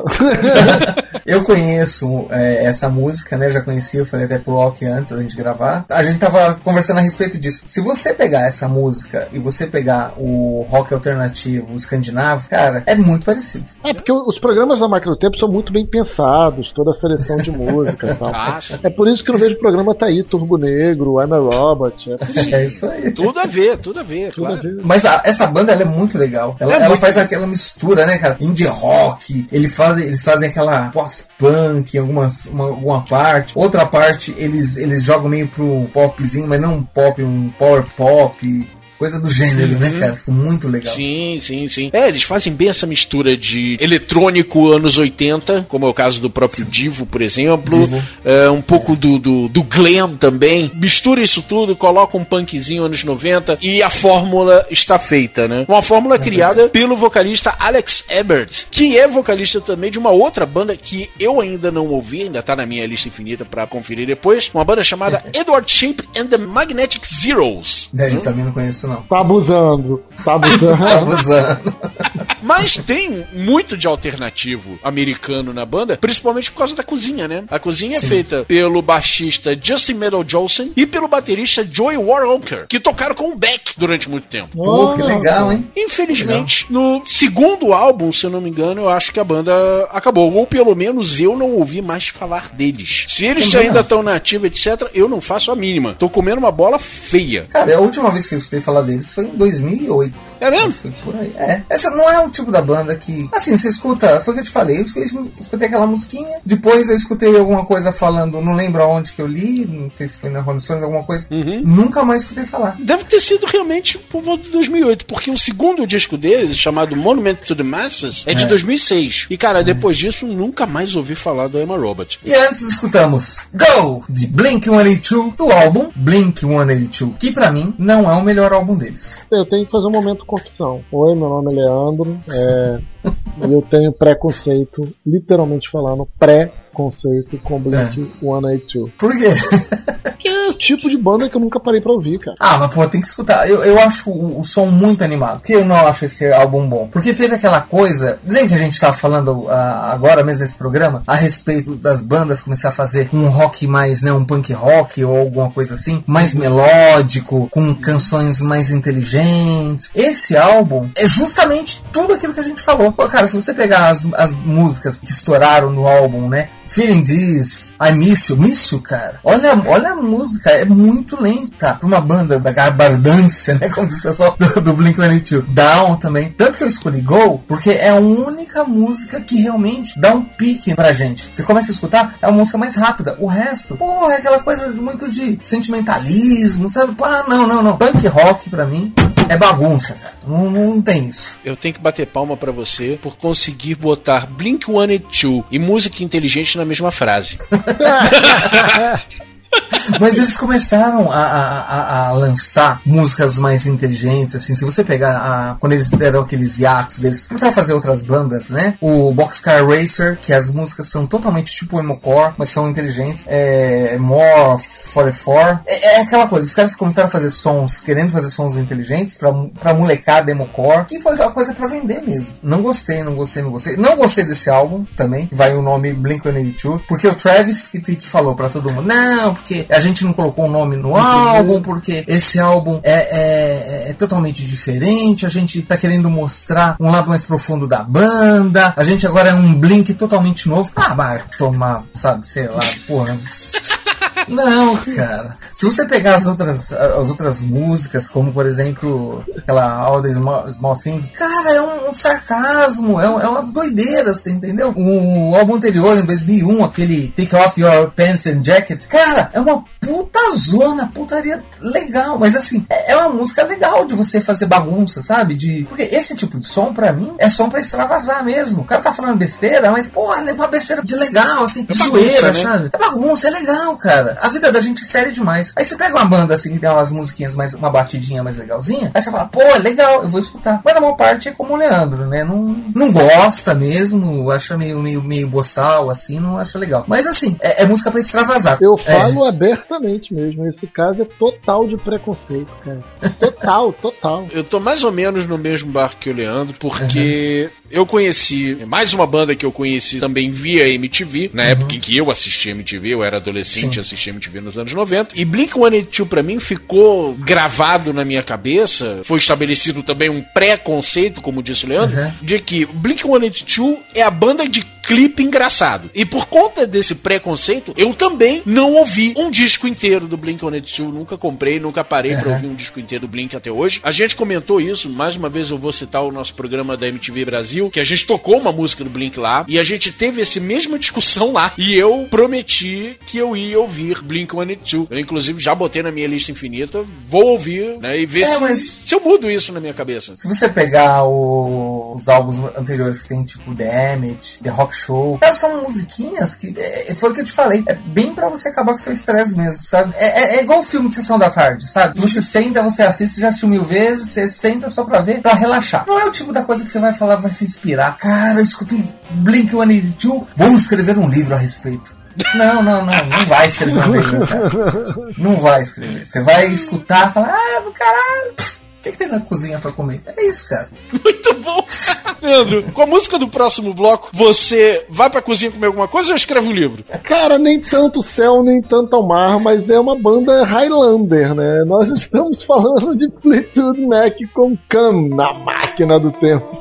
Eu conheço é, essa música, né? Já conhecia, eu falei até pro Rock antes da gente gravar. A gente tava conversando a respeito disso. Se você pegar essa música e você pegar o rock alternativo escandinavo, cara, é muito parecido. É, porque os programas da Máquina do Tempo são muito bem pensados, toda a seleção de música e tal. Ah, é por isso que eu não vejo o programa tá aí, Turbo Negro, I'm a Robot. É, é isso aí. Tudo a ver, tudo a ver, tudo claro. A ver. Mas a, essa banda, ela é muito legal. Ela, é ela muito faz legal. Aquela mistura, né, cara? Indie rock, ele faz, eles fazem aquela pós-punk em algumas, uma, alguma parte. Outra parte, eles, eles jogam meio pro popzinho, mas não um pop, um power pop... Coisa do gênero, uhum. né, cara? Ficou muito legal. Sim, sim, sim. É, eles fazem bem essa mistura de eletrônico anos oitenta, como é o caso do próprio Divo, por exemplo. Divo. É, um pouco é. do, do, do glam também. Mistura isso tudo, coloca um punkzinho anos noventa e a fórmula está feita, né? Uma fórmula é criada verdade. pelo vocalista Alex Ebert, que é vocalista também de uma outra banda que eu ainda não ouvi, ainda tá na minha lista infinita pra conferir depois. Uma banda chamada Edward Shape and the Magnetic Zeros. É, eu hum? também não conheço não. Tá abusando. Tá abusando. tá abusando. Mas tem muito de alternativo americano na banda, principalmente por causa da cozinha, né? A cozinha Sim. é feita pelo baixista Justin Meadow-Jolson e pelo baterista Joey Waronker, que tocaram com o Beck durante muito tempo. Pô, oh, que legal, hein? Infelizmente, legal. No segundo álbum, se eu não me engano, eu acho que a banda acabou. Ou pelo menos eu não ouvi mais falar deles. Se eles Também ainda estão na ativa, etcétera, eu não faço a mínima. Tô comendo uma bola feia. Cara, a última vez que eu escutei falar deles foi em dois mil e oito. É mesmo? Foi por aí. É. Essa não é o tipo da banda que... Assim, você escuta... Foi o que eu te falei. Eu escutei, escutei aquela musiquinha. Depois eu escutei alguma coisa falando... Não lembro aonde que eu li. Não sei se foi na Rolling Stones, alguma coisa. Uhum. Nunca mais escutei falar. Deve ter sido realmente por volta de dois mil e oito. Porque o segundo disco deles, chamado Monument to the Masses, é de é. dois mil e seis. E, cara, é. depois disso, nunca mais ouvi falar do I'm a Robot. E antes escutamos Go! De Blink one eighty-two. Do álbum Blink one eighty-two. Que pra mim, não é o melhor álbum deles. Eu tenho que fazer um momento confissão. Oi, meu nome é Leandro. É... e eu tenho preconceito, literalmente falando, pré-conceito com Blink é. one eighty-two. Por quê? Porque é o tipo de banda que eu nunca parei pra ouvir, cara. Ah, mas pô, tem que escutar. Eu, eu acho o, o som muito animado. Porque eu não acho esse álbum bom. Porque teve aquela coisa... Lembra que a gente tava falando uh, agora mesmo nesse programa? A respeito das bandas começar a fazer um rock mais, né? Um punk rock ou alguma coisa assim. Mais melódico, com canções mais inteligentes. Esse álbum é justamente tudo aquilo que a gente falou. Pô, cara, se você pegar as, as músicas que estouraram no álbum, né? Feeling This, I Miss You, Miss You, cara. Olha, olha a música, é muito lenta pra uma banda da gabardância, né? Como diz o pessoal do, do Blink one eighty-two. Down também. Tanto que eu escolhi Go, porque é a única música que realmente dá um pique pra gente. Você começa a escutar, é uma música mais rápida. O resto, pô, é aquela coisa muito de sentimentalismo, sabe? Ah, não, não, não. Punk rock, pra mim, é bagunça, cara. Não, não tem isso. Eu tenho que bater palma pra você por conseguir botar Blink one eighty-two e música inteligente na mesma frase. Mas eles começaram a, a, a lançar músicas mais inteligentes, assim, se você pegar a, quando eles deram aqueles hiatos deles, começaram a fazer outras bandas, né? O Boxcar Racer, que as músicas são totalmente tipo emo-core, mas são inteligentes. É More quarenta e quatro. É, é aquela coisa, os caras começaram a fazer sons, querendo fazer sons inteligentes pra, pra molecada emo-core, que foi aquela coisa pra vender mesmo. Não gostei, não gostei, não gostei. Não gostei desse álbum também, vai o nome Blink one eighty-two, porque o Travis que, que falou pra todo mundo, não, porque a gente não colocou o nome no álbum, porque esse álbum é, é, é totalmente diferente, a gente tá querendo mostrar um lado mais profundo da banda, a gente agora é um Blink totalmente novo. Ah, vai tomar, sabe, sei lá, porra... Não, cara. Se você pegar as outras, as outras músicas, como por exemplo aquela All the Small, Small Thing, cara, é um, um sarcasmo, é, um, é umas doideiras, você entendeu? O álbum anterior, em dois mil e um, aquele Take Off Your Pants and Jacket, cara, é uma puta zona, putaria legal, mas assim, é, é uma música legal de você fazer bagunça, sabe? De, porque esse tipo de som, pra mim, é som pra extravasar mesmo. O cara tá falando besteira, mas, pô, é uma besteira de legal, assim, é zoeira, bagunça, né? Sabe? É bagunça, é legal, cara. cara, a vida da gente é séria demais. Aí você pega uma banda assim, que tem umas musiquinhas, mais, uma batidinha mais legalzinha, aí você fala, pô, é legal, eu vou escutar. Mas a maior parte é como o Leandro, né? Não, não gosta mesmo, acha meio, meio, meio boçal, assim, não acha legal. Mas assim, é, é música pra extravasar. Eu falo é. abertamente mesmo, esse caso é total de preconceito, cara. Total, total. Eu tô mais ou menos no mesmo barco que o Leandro, porque uhum. eu conheci, mais uma banda que eu conheci também via M T V, na uhum. época em que eu assistia M T V, eu era adolescente e assistia M T V nos anos noventa, e Blink cento e oitenta e dois pra mim ficou gravado na minha cabeça, foi estabelecido também um preconceito, como disse o Leandro, uhum. de que Blink cento e oitenta e dois é a banda de clipe engraçado. E por conta desse preconceito, eu também não ouvi um disco inteiro do Blink cento e oitenta e dois, nunca comprei, nunca parei uhum. pra ouvir um disco inteiro do Blink até hoje. A gente comentou isso, mais uma vez eu vou citar o nosso programa da M T V Brasil, que a gente tocou uma música do Blink lá, e a gente teve essa mesma discussão lá, e eu prometi que eu ia ouvir Blink cento e oitenta e dois. Eu inclusive já botei na minha lista infinita, vou ouvir, né, e ver é, se, mas... se eu mudo isso na minha cabeça. Se você pegar o... os álbuns anteriores que tem, tipo Damage, The Rock Show, elas são musiquinhas que, é, foi o que eu te falei, é bem pra você acabar com o seu estresse mesmo, sabe? É, é, é igual filme de sessão da tarde, sabe? Você senta, você assiste, já assistiu mil vezes, você senta só pra ver, pra relaxar. Não é o tipo da coisa que você vai falar, vai se inspirar. Cara, eu escutei Blink cento e oitenta e dois, vou escrever um livro a respeito. Não, não, não, não vai escrever um livro, cara. Não vai escrever. Você vai escutar e falar, ah, do caralho, o que, que tem na cozinha pra comer? É isso, cara. Muito bom. Leandro, com a música do próximo bloco, você vai pra cozinha comer alguma coisa ou escreve um livro? Cara, nem tanto céu, nem tanto ao mar, mas é uma banda Highlander, né? Nós estamos falando de Fleetwood Mac com Come na Máquina do Tempo.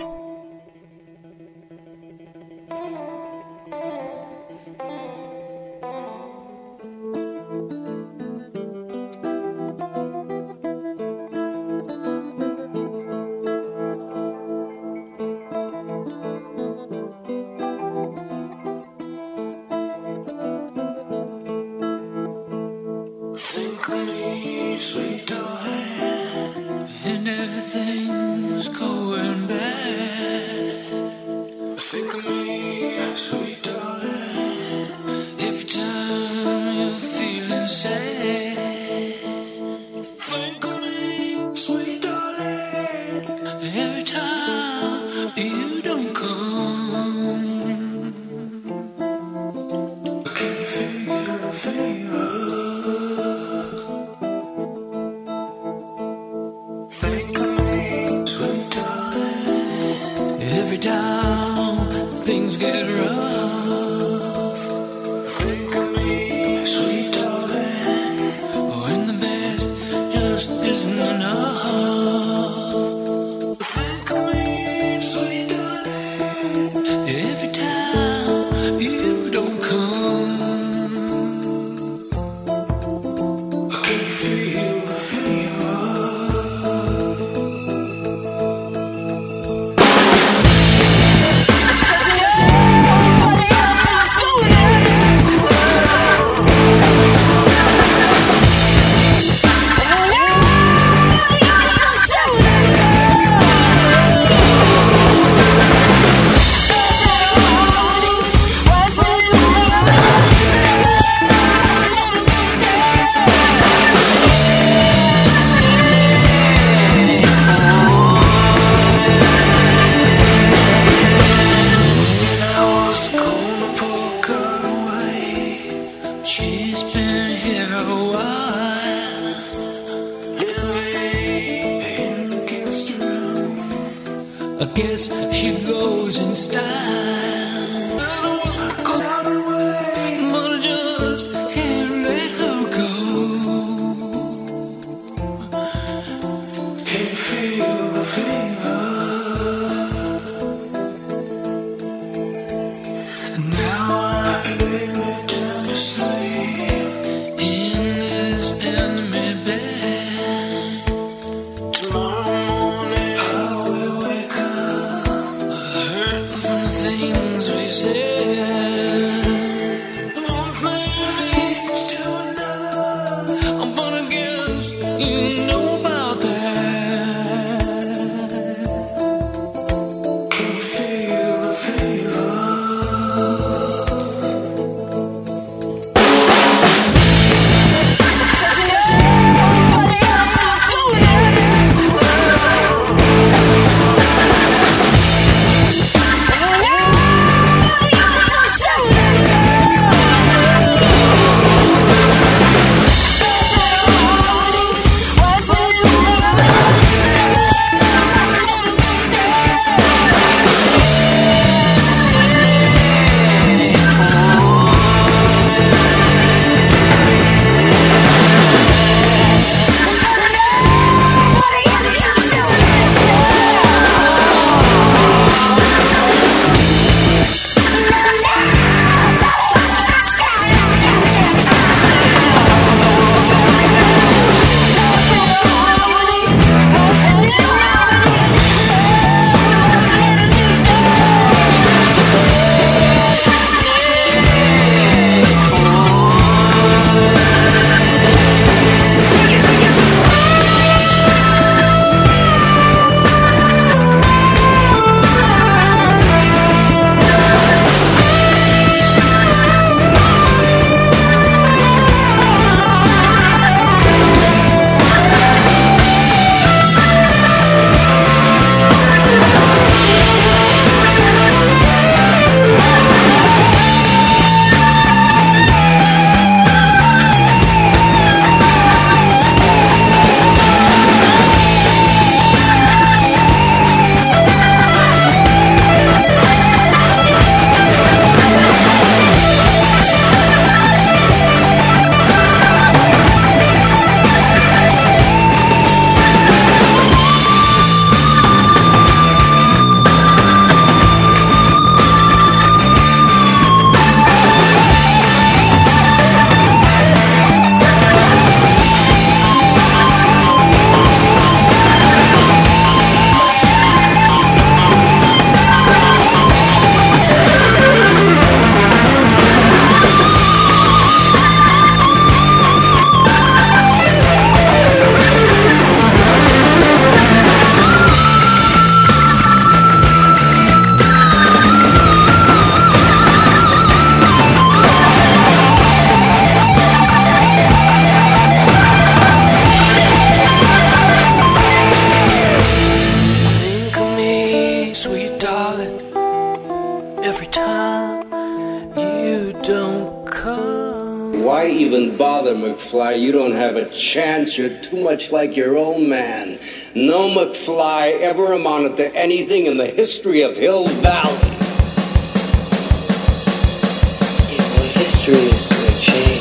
Things even bother, McFly. You don't have a chance. You're too much like your old man. No McFly ever amounted to anything in the history of Hill Valley. Well, history is going to change.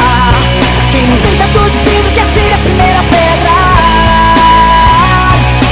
Quem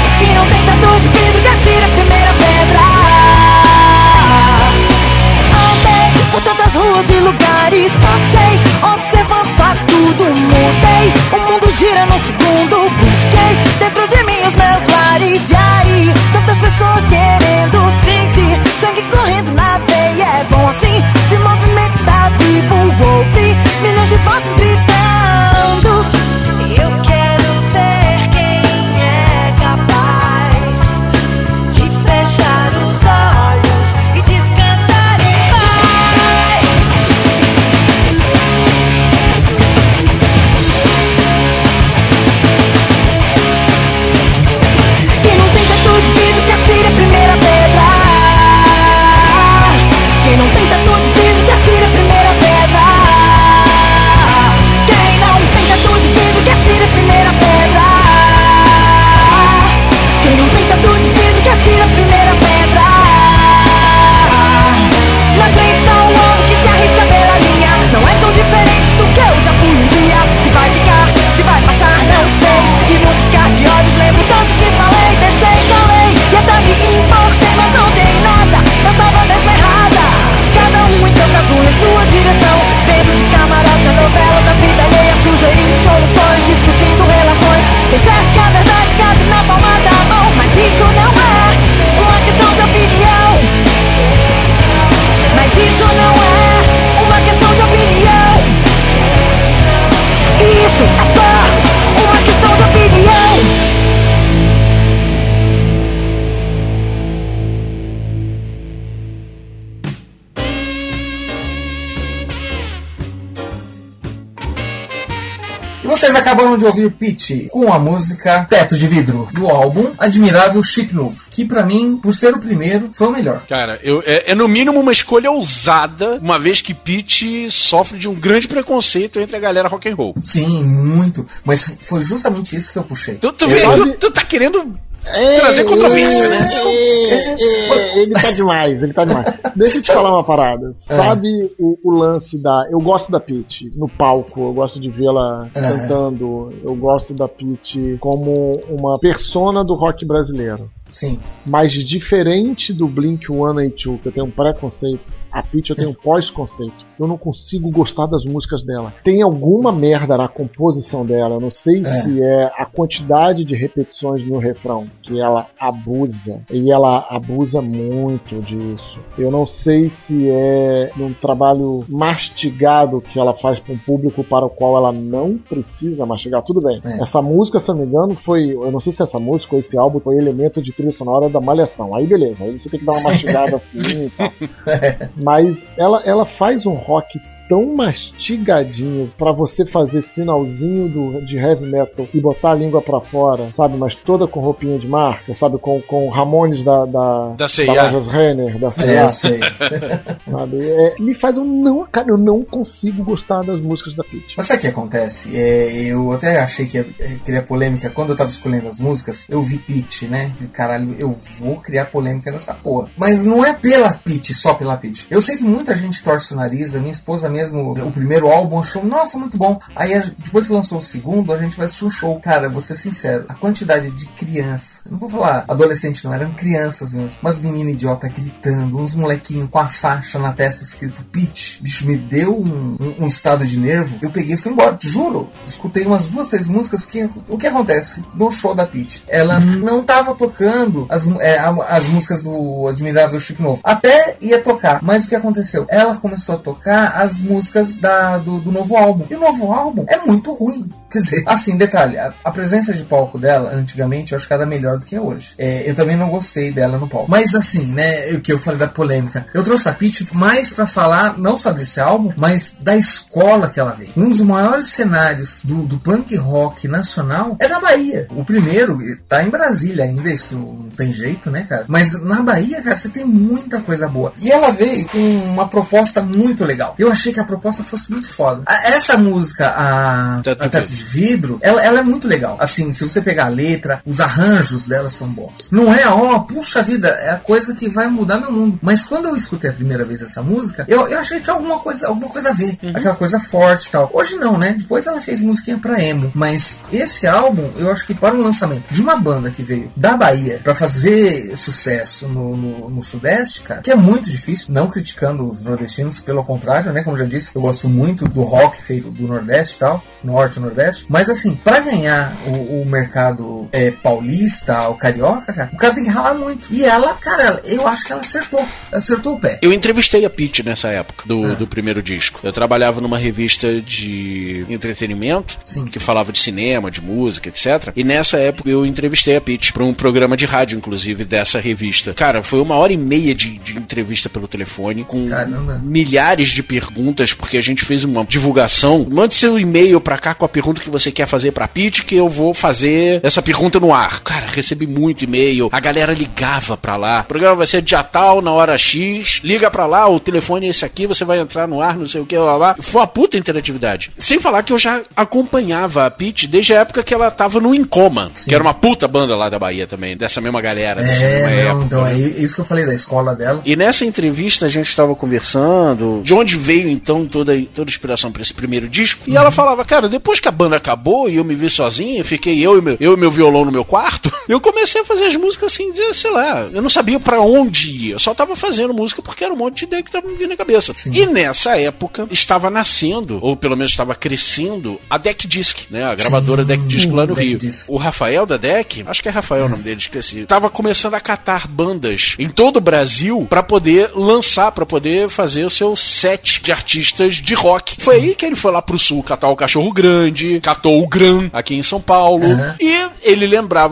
Vocês acabaram de ouvir Pitty com a música Teto de Vidro, do álbum Admirável Chip Novo, que pra mim, por ser o primeiro, foi o melhor. Cara, eu, é, é no mínimo uma escolha ousada, uma vez que Pitty sofre de um grande preconceito entre a galera rock and roll. Sim, muito. Mas foi justamente isso que eu puxei. Tu, tu, vê, tu, tu tá querendo... É, trazer controvérsia, é, né? É, é, ele tá demais, ele tá demais. Deixa eu te falar uma parada. Sabe o, o lance da... Eu gosto da Pitty no palco, eu gosto de vê-la é. cantando, eu gosto da Pitty como uma persona do rock brasileiro. Sim. Mas diferente do Blink cento e oitenta e dois, que eu tenho um preconceito, a Pitty eu tenho um pós-conceito. Eu não consigo gostar das músicas dela. Tem alguma merda na composição dela. Eu não sei é. se é a quantidade de repetições no refrão que ela abusa. E ela abusa muito disso. Eu não sei se é um trabalho mastigado que ela faz para um público para o qual ela não precisa mastigar. Tudo bem. É. Essa música, se eu não me engano, foi... Eu não sei se essa música ou esse álbum foi elemento de trilha sonora da Malhação. Aí beleza. Aí você tem que dar uma mastigada assim e tal. Mas ela, ela faz um rock tão mastigadinho pra você fazer sinalzinho do, de heavy metal e botar a língua pra fora, sabe? Mas toda com roupinha de marca, sabe? Com, com Ramones da da, da C e A, da Lojas Renner, da C e A. É, sei. Sabe? É, me faz eu não, cara, eu não consigo gostar das músicas da Pitty. Mas sabe o que acontece? É, eu até achei que ia criar polêmica quando eu tava escolhendo as músicas. Eu vi Pitty, né? Caralho, eu vou criar polêmica nessa porra. Mas não é pela Pitty, só pela Pitty. Eu sei que muita gente torce o nariz, a minha esposa mesmo, o primeiro álbum, achou, nossa, muito bom. Aí depois que lançou o segundo, a gente vai assistir um show. Cara, vou ser sincero, a quantidade de crianças, não vou falar adolescente não, eram crianças mesmo, umas meninas idiotas gritando, uns molequinhos com a faixa na testa escrito Pitty, bicho, me deu um, um, um estado de nervo. Eu peguei e fui embora, te juro. Escutei umas duas, três músicas que, o que acontece no show da Pitty? Ela não tava tocando as, é, as músicas do Admirável Chip Novo. Até ia tocar, mas o que aconteceu? Ela começou a tocar as músicas da, do, do novo álbum. E o novo álbum é muito ruim. Quer dizer, assim, detalhe, a, a presença de palco dela, antigamente, eu acho que era melhor do que é hoje. É, eu também não gostei dela no palco. Mas assim, né, o que eu falei da polêmica, eu trouxe a Pitty mais pra falar, não só desse álbum, mas da escola que ela veio. Um dos maiores cenários do, do punk rock nacional é na Bahia. O primeiro tá em Brasília ainda, isso não tem jeito, né, cara? Mas na Bahia, cara, você tem muita coisa boa. E ela veio com uma proposta muito legal. Eu achei que a proposta fosse muito foda. A, essa música, a Teto, a Teto de Vidro, ela, ela é muito legal. Assim, se você pegar a letra, os arranjos dela são bons. Não é, ó, oh, puxa vida, é a coisa que vai mudar meu mundo. Mas quando eu escutei a primeira vez essa música, eu, eu achei que tinha alguma coisa, alguma coisa a ver. Uhum. Aquela coisa forte e tal. Hoje não, né? Depois ela fez musiquinha pra emo. Mas esse álbum, eu acho que para o lançamento de uma banda que veio da Bahia pra fazer sucesso no, no, no Sudeste, cara, que é muito difícil, não criticando os nordestinos, pelo contrário, né? Como já disse, eu gosto muito do rock feito do Nordeste e tal, Norte e Nordeste, mas assim, pra ganhar o, o mercado é, paulista, o carioca, cara, o cara tem que ralar muito. E ela, cara, eu acho que ela acertou, acertou o pé. Eu entrevistei a Pitty nessa época, do, ah. do primeiro disco. Eu trabalhava numa revista de entretenimento, Sim. que falava de cinema, de música, etcétera. E nessa época eu entrevistei a Pitty pra um programa de rádio, inclusive, dessa revista. Cara, foi uma hora e meia de, de entrevista pelo telefone, com Caramba. milhares de perguntas, porque a gente fez uma divulgação. Mande seu e-mail pra cá com a pergunta que você quer fazer pra Pitty, que eu vou fazer essa pergunta no ar. Cara, recebi muito e-mail, a galera ligava pra lá. O programa vai ser dia tal, na hora X, liga pra lá, o telefone é esse aqui, você vai entrar no ar, não sei o que, lá, lá. Foi uma puta interatividade. Sem falar que eu já acompanhava a Pitty desde a época que ela tava no Incoma, Sim. que era uma puta banda lá da Bahia também, dessa mesma galera, dessa é, mesma não, época. Então é isso que eu falei da escola dela. E nessa entrevista a gente estava conversando de onde veio então toda, toda a inspiração pra esse primeiro disco. E uhum. ela falava, cara, depois que a banda acabou e eu me vi sozinho, fiquei eu e meu, eu e meu violão no meu quarto, eu comecei a fazer as músicas assim, de, sei lá, eu não sabia pra onde ir, eu só tava fazendo música porque era um monte de ideia que tava me vindo na cabeça. Sim. E nessa época estava nascendo, ou pelo menos estava crescendo, a Deck Disc, né, a gravadora Sim. Deck Disc lá no Deck Rio. Disc. O Rafael da Deck, acho que é Rafael é. o nome dele, esqueci, tava começando a catar bandas em todo o Brasil pra poder lançar, pra poder fazer o seu set de artistas de rock. Foi aí que ele foi lá pro sul catar o Cachorro Grande, catou o Gran aqui em São Paulo, uhum. e ele lembrava do Incoma.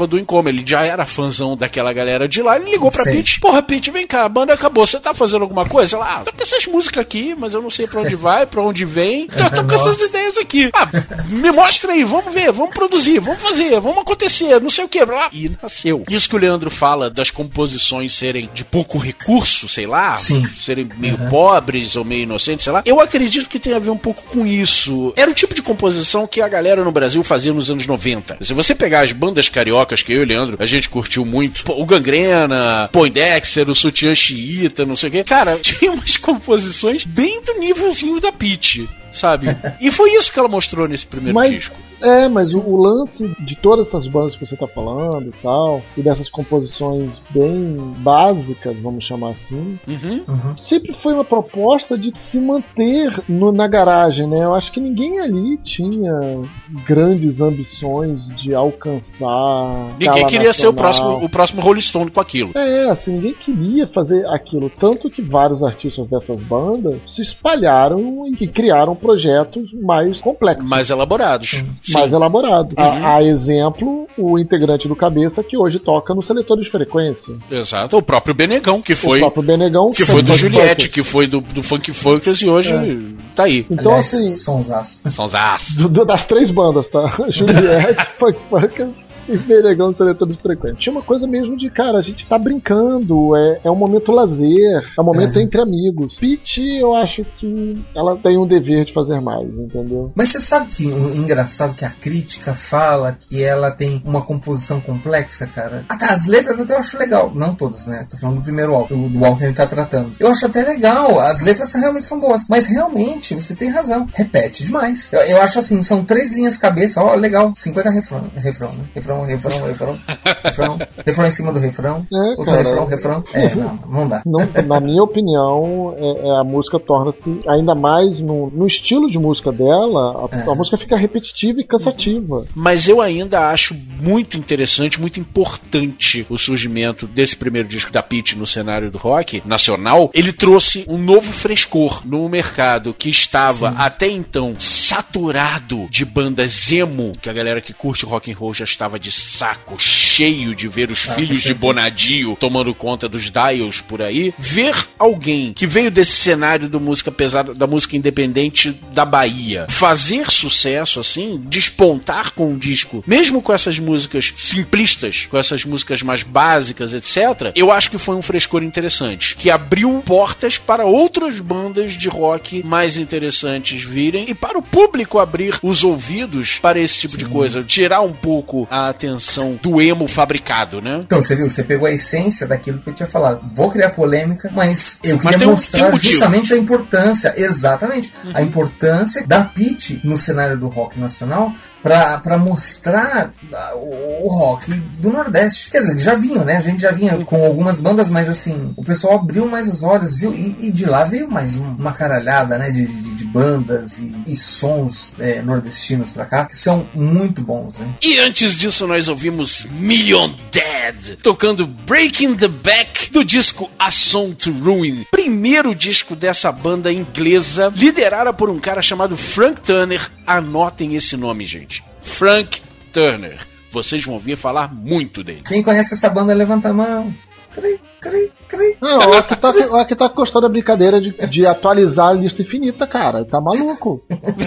como ele já era fãzão daquela galera de lá, ele ligou pra Sim. Pete. Porra, Pete, vem cá, a banda acabou, você tá fazendo alguma coisa? Ela, ah, tô com essas músicas aqui, mas eu não sei pra onde vai, pra onde vem. Eu tô com essas ideias aqui. Ah, me mostra aí, vamos ver, vamos produzir, vamos fazer, vamos acontecer, não sei o que. E nasceu. Isso que o Leandro fala das composições serem de pouco recurso, sei lá, Sim. serem meio Uhum. pobres ou meio inocentes, sei lá. Eu acredito que tem a ver um pouco com isso. Era o tipo de composição que a galera no Brasil fazia nos anos noventa. Se você pegar as bandas cariocas que eu e o Leandro, a gente curtiu muito, pô, o Gangrena, Poindexter, o Sutiã Xiita, não sei o quê. Cara, tinha umas composições bem do nívelzinho da Pitty, sabe? E foi isso que ela mostrou nesse primeiro Mas... disco. É, mas o, o lance de todas essas bandas que você tá falando e tal, e dessas composições bem básicas, vamos chamar assim, Uhum. Uhum. sempre foi uma proposta de se manter no, na garagem, né? Eu acho que ninguém ali tinha grandes ambições de alcançar. Ninguém escala queria ser o nacional. próximo, o próximo Rolling Stone com aquilo. É, assim, ninguém queria fazer aquilo. Tanto que vários artistas dessas bandas se espalharam e criaram projetos mais complexos. Mais elaborados. Sim. mais elaborado. Uhum. A, a exemplo, o integrante do Cabeça que hoje toca no seletor de frequência. Exato. O próprio Benegão, que foi. O próprio Benegão, que foi do Juliette, que foi do, do Funk Funkers e hoje é. tá aí. Então, Aliás, assim. Sonsaço. Sonsaço. Do, do, das três bandas, tá? Juliette, Funk Funkers e Benegão no seletor de frequência. Tinha uma coisa mesmo de, cara, a gente tá brincando, é, é um momento lazer, é um momento é. entre amigos. Pitty, eu acho que ela tem um dever de fazer mais, entendeu? Mas você sabe que o engraçado que a crítica fala que ela tem uma composição complexa, cara? Ah, tá, as letras até eu acho legal. Não todas, né? Tô falando do primeiro álbum, do álbum que a gente tá tratando. Eu acho até legal, as letras realmente são boas. Mas realmente, você tem razão. Repete demais. Eu, eu acho assim, são três linhas cabeça, ó, legal. cinquenta refrão, refrão, né? Refrão, refrão, refrão, refrão. Refrão em cima do refrão. É, outro cara, refrão, refrão. É, não, não dá. Não, na minha opinião, é, é, a música torna-se, ainda mais no, no estilo de música dela, a, é. a música fica repetitiva e cansativa. Mas eu ainda acho muito interessante, muito importante o surgimento desse primeiro disco da Pitty no cenário do rock nacional. Ele trouxe um novo frescor no mercado que estava Sim. até então saturado de bandas emo, que a galera que curte rock and roll já estava de saco cheio de ver os ah, filhos de Bonadio tomando conta dos dials por aí. Ver alguém que veio desse cenário do música pesada, da música independente da Bahia, fazer sucesso assim, despontar com um disco, mesmo com essas músicas simplistas, com essas músicas mais básicas, etcétera, eu acho que foi um frescor interessante, que abriu portas para outras bandas de rock mais interessantes virem e para o público abrir os ouvidos para esse tipo Sim. de coisa, tirar um pouco a atenção do emo fabricado, né? Então, você viu, você pegou a essência daquilo que eu tinha falado. Vou criar polêmica, mas eu queria mas um, mostrar um justamente a importância, exatamente, uhum. a importância da Pitty no cenário do rock nacional pra, pra mostrar o, o rock do Nordeste. Quer dizer, já vinham, né? A gente já vinha com algumas bandas, mas assim, o pessoal abriu mais os olhos, viu? E, e de lá veio mais uma caralhada, né? De, de, de bandas e, e sons é, nordestinos pra cá, que são muito bons, né? E antes disso, nós ouvimos Million Dead, tocando Breaking the Back, do disco A Song to Ruin, primeiro disco dessa banda inglesa, liderada por um cara chamado Frank Turner. Anotem esse nome, gente. Frank Turner. Vocês vão ouvir falar muito dele. Quem conhece essa banda, levanta a mão. Cri, cri, cri. Não, o que tá, o que tá gostando da brincadeira de, de atualizar a lista infinita, cara. Tá maluco.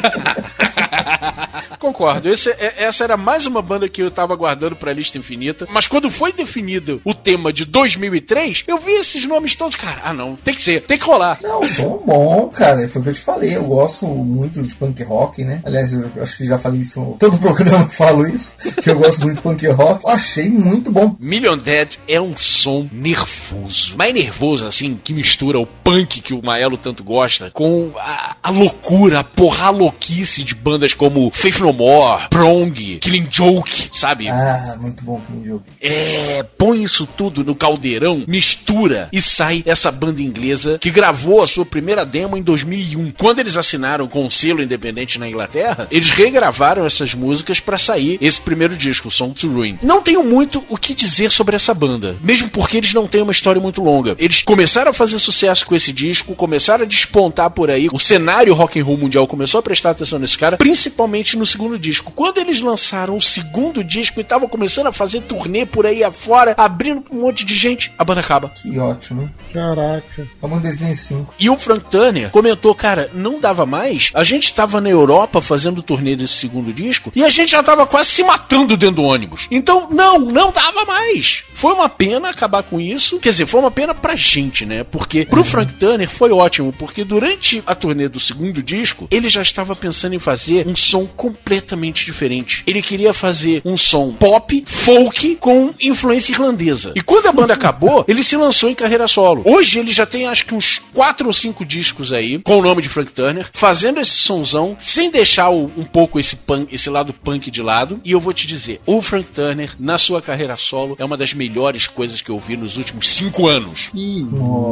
Concordo. Esse, essa era mais uma banda que eu tava guardando pra lista infinita. Mas quando foi definido o tema de dois mil e três, eu vi esses nomes todos. Cara, ah não, tem que ser, tem que rolar. Não, som bom, cara. Foi o que eu te falei. Eu gosto muito de punk rock, né? Aliás, eu acho que já falei isso. Todo programa eu falo isso. Que eu gosto muito de punk rock. Eu achei muito bom. Million Dead é um som nervoso. Mais nervoso, assim, que mistura o punk que o Maelo tanto gosta com a, a loucura, a porra louquice de bandas como Faith No More, Prong, Killing Joke, sabe? Ah, muito bom Killing Joke. É, põe isso tudo no caldeirão, mistura e sai essa banda inglesa que gravou a sua primeira demo em dois mil e um. Quando eles assinaram com um selo independente na Inglaterra, eles regravaram essas músicas pra sair esse primeiro disco, Song to Ruin. Não tenho muito o que dizer sobre essa banda, mesmo porque eles não têm uma história muito longa. Eles começaram a fazer sucesso com esse disco, começaram a despontar por aí, o cenário rock and roll mundial começou a prestar atenção nesse cara, principalmente no segundo segundo disco. Quando eles lançaram o segundo disco e estavam começando a fazer turnê por aí afora, abrindo pra um monte de gente, a banda acaba. Que ótimo. Caraca. Acabou em dois mil e cinco. E o Frank Turner comentou, cara, não dava mais. A gente tava na Europa fazendo turnê desse segundo disco e a gente já tava quase se matando dentro do ônibus. Então, não, não dava mais. Foi uma pena acabar com isso. Quer dizer, foi uma pena pra gente, né? Porque pro Frank Turner foi ótimo, porque durante a turnê do segundo disco, ele já estava pensando em fazer um som completamente diferente. Ele queria fazer um som pop, folk, com influência irlandesa. E quando a banda acabou, ele se lançou em carreira solo. Hoje ele já tem acho que uns quatro ou cinco discos aí, com o nome de Frank Turner, fazendo esse sonzão, sem deixar o, um pouco esse, punk, esse lado punk de lado. E eu vou te dizer, o Frank Turner, na sua carreira solo, é uma das melhores coisas que eu vi nos últimos cinco anos. Que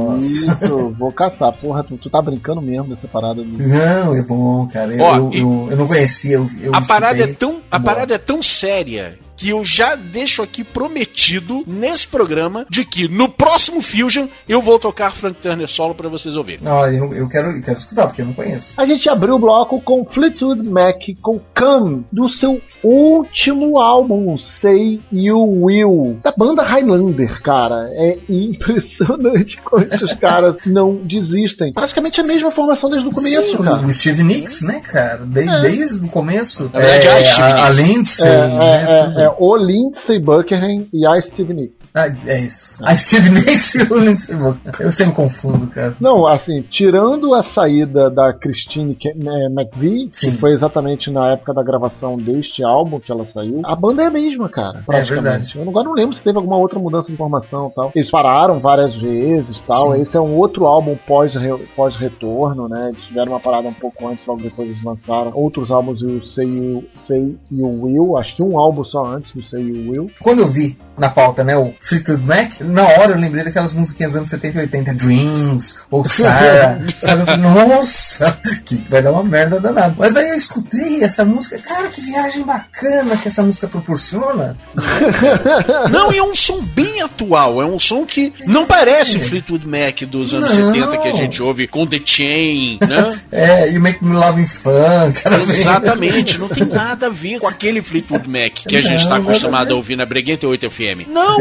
isso, vou caçar. Porra, tu, tu tá brincando mesmo dessa parada. Mesmo. Não, é bom, cara. Eu, Ó, eu, eu, eu não conhecia. Eu, eu a parada é tão, a Bom. parada é tão séria que eu já deixo aqui prometido nesse programa de que no próximo Fusion eu vou tocar Frank Turner solo pra vocês ouvirem. Olha, eu, eu, quero, eu quero escutar, porque eu não conheço. A gente abriu o bloco com Fleetwood Mac, com Come, do seu último álbum, Say You Will, da banda Highlander, cara. É impressionante como esses caras não desistem. Praticamente a mesma formação desde o começo, Sim, cara. O Steve Nicks, né, cara? Desde, É. desde o começo. Na verdade, é, a Steve a, a Nicks. Lindsay, É, né, é, tudo. é, é o Lindsey Buckingham e a Steve Nicks. Ah, é isso. A Steve Nicks e o Lindsay Buckingham. Eu sempre confundo, cara. Não, assim, tirando a saída da Christine Ke- eh, McVie, Sim. que foi exatamente na época da gravação deste álbum que ela saiu, a banda é a mesma, cara. Praticamente. verdade. Eu agora não lembro se teve alguma outra mudança de formação e tal. Eles pararam várias vezes e tal. Sim. Esse é um outro álbum pós-re- pós-retorno, né? Eles tiveram uma parada um pouco antes, logo depois eles lançaram outros álbuns, o Say You, Say You Will, acho que um álbum só antes do Say You Will. Quando eu vi na pauta, né, o Fleetwood Mac, na hora eu lembrei daquelas musiquinhas dos anos setenta e oitenta, Dreams, ou Sarah, sabe? Eu falei, nossa, que vai dar uma merda danada. Mas aí eu escutei essa música, cara, que viagem bacana que essa música proporciona. Não, e é um som bem atual, é um som que não parece o Fleetwood Mac dos anos Não. setenta que a gente ouve com The Chain, né? É, e Make Me Love in Fun, cara. Exatamente, não tem nada a ver com aquele Fleetwood Mac que a gente está Não, acostumado nada a a ouvir na Breguenta oito F M. Não!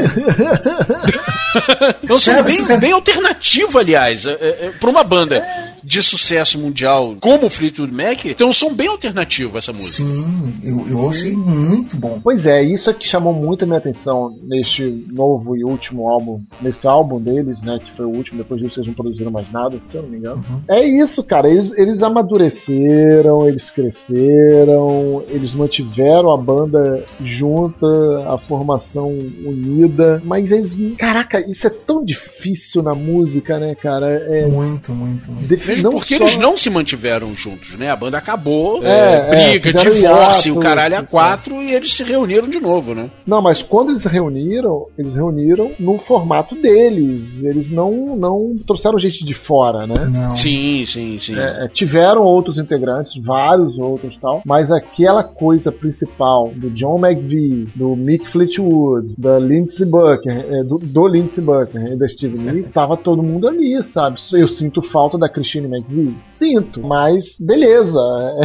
É um som bem, bem alternativo, aliás, é, é, para uma banda de sucesso mundial como o Fleetwood Mac, tem um som bem alternativo essa música. Sim, eu, eu achei muito bom. Pois é, isso é que chamou muito a minha atenção neste novo e último álbum, nesse álbum deles, né, que foi o último, depois disso eles não produziram mais nada, se eu não me engano. Uhum. É isso, cara, eles, eles amadureceram, eles cresceram, eles mantiveram a banda junta, a formação unida, mas eles, caraca, isso é tão difícil na música, né, cara? É, muito, muito, muito. Mesmo não porque só... eles não se mantiveram juntos, né? A banda acabou, É, é, briga, é, fizeram divórcio, hiato, o caralho a quatro, e eles se reuniram de novo, né? Não, mas quando eles se reuniram, eles reuniram no formato deles. Eles não, não trouxeram gente de fora, né? Não. Sim, sim, sim. É, tiveram outros integrantes, vários outros e tal, mas aquela coisa principal do John McVie, do Mick Fleetwood, da Lindsey Buckingham, é, do, do Lindsey Buckingham e da Steve Nicks, tava todo mundo ali, sabe? Eu sinto falta da Christine McVie? Sinto, mas beleza,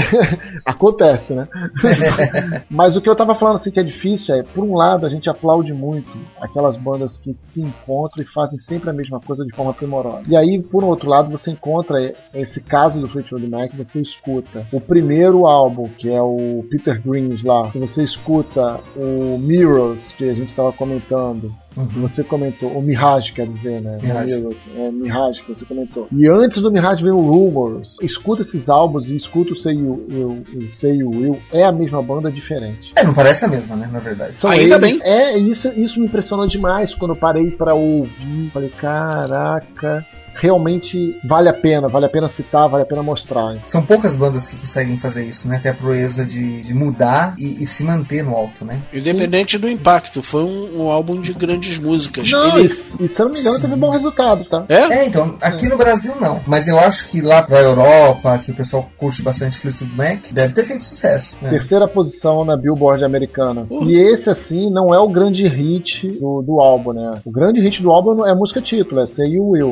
acontece, né? Mas o que eu tava falando assim que é difícil é, por um lado, a gente aplaude muito aquelas bandas que se encontram e fazem sempre a mesma coisa de forma primorosa. E aí, por um outro lado, você encontra esse caso do Fleetwood Mac, você escuta o primeiro álbum, que é o Peter Green's lá, se você escuta o Mirrors, que a gente tava comentando, Uhum. Você comentou, o Mirage, quer dizer, né? Mirage. Mirage, é, Mirage que você comentou. E antes do Mirage vem o Rumors. Escuta esses álbuns e escuta o Say You, You, You, Say You Will. É a mesma banda, diferente. É, não parece a mesma, né? Na verdade. São Ainda eles, bem. É, isso, isso me impressionou demais quando eu parei pra ouvir. Falei, caraca... Realmente vale a pena, vale a pena citar, vale a pena mostrar. São poucas bandas que conseguem fazer isso, né? Ter a proeza de, de mudar e, e se manter no alto, né? Independente do impacto, foi um, um álbum de grandes músicas. Não, Ele... e, e se eu não me engano, teve um bom resultado, tá? É? É, então, aqui no Brasil não. Mas eu acho que lá pra Europa, que o pessoal curte bastante Fleetwood Mac, deve ter feito sucesso. Né? Terceira posição na Billboard americana. Uhum. E esse, assim, não é o grande hit do, do álbum, né? O grande hit do álbum é a música título, é Say You Will. Mas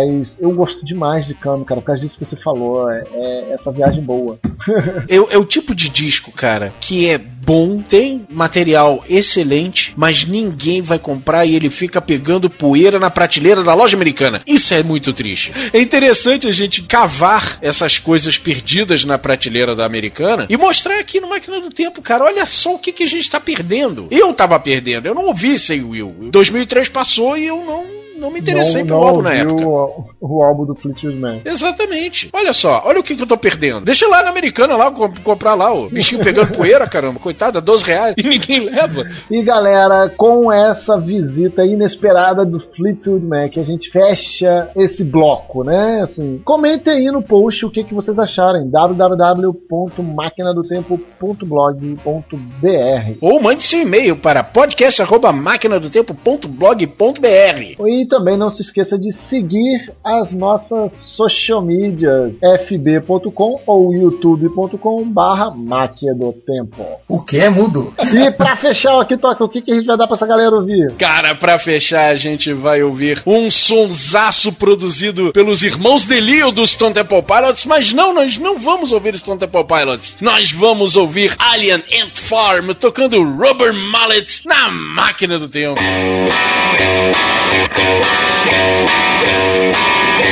Mas eu gosto demais de Kami, cara, por causa disso que você falou. É, é essa viagem boa. É, é o tipo de disco, cara, que é bom, tem material excelente, mas ninguém vai comprar e ele fica pegando poeira na prateleira da loja americana. Isso é muito triste. É interessante a gente cavar essas coisas perdidas na prateleira da americana e mostrar aqui no Máquina do Tempo, cara, olha só o que, que a gente tá perdendo. Eu tava perdendo, eu não ouvi Say Will. dois mil e três passou e eu não... Não me interessei não, pelo não álbum na época. O, o álbum do Fleetwood Mac. Exatamente. Olha só, olha o que, que eu tô perdendo. Deixa lá na Americana lá, comp comprar lá o bichinho pegando poeira, caramba. Coitada, doze reais e ninguém leva. E galera, com essa visita inesperada do Fleetwood Mac, a gente fecha esse bloco, né? Assim, comentem aí no post o que, que vocês acharem. w w w ponto máquina do tempo ponto blog ponto b r Ou mande seu e-mail para podcast arroba máquina do tempo ponto blog ponto b r. E também não se esqueça de seguir as nossas social medias f b ponto com ou youtube ponto com barra Máquina do Tempo. O que é mudo? E pra fechar aqui, Toca, o que, que a gente vai dar pra essa galera ouvir? Cara, pra fechar a gente vai ouvir um sonsaço produzido pelos irmãos Delio dos Stone Temple Pilots, mas não, nós não vamos ouvir Stone Temple Pilots. Nós vamos ouvir Alien Ant Farm tocando Rubber Mallet na Máquina do Tempo. Yeah.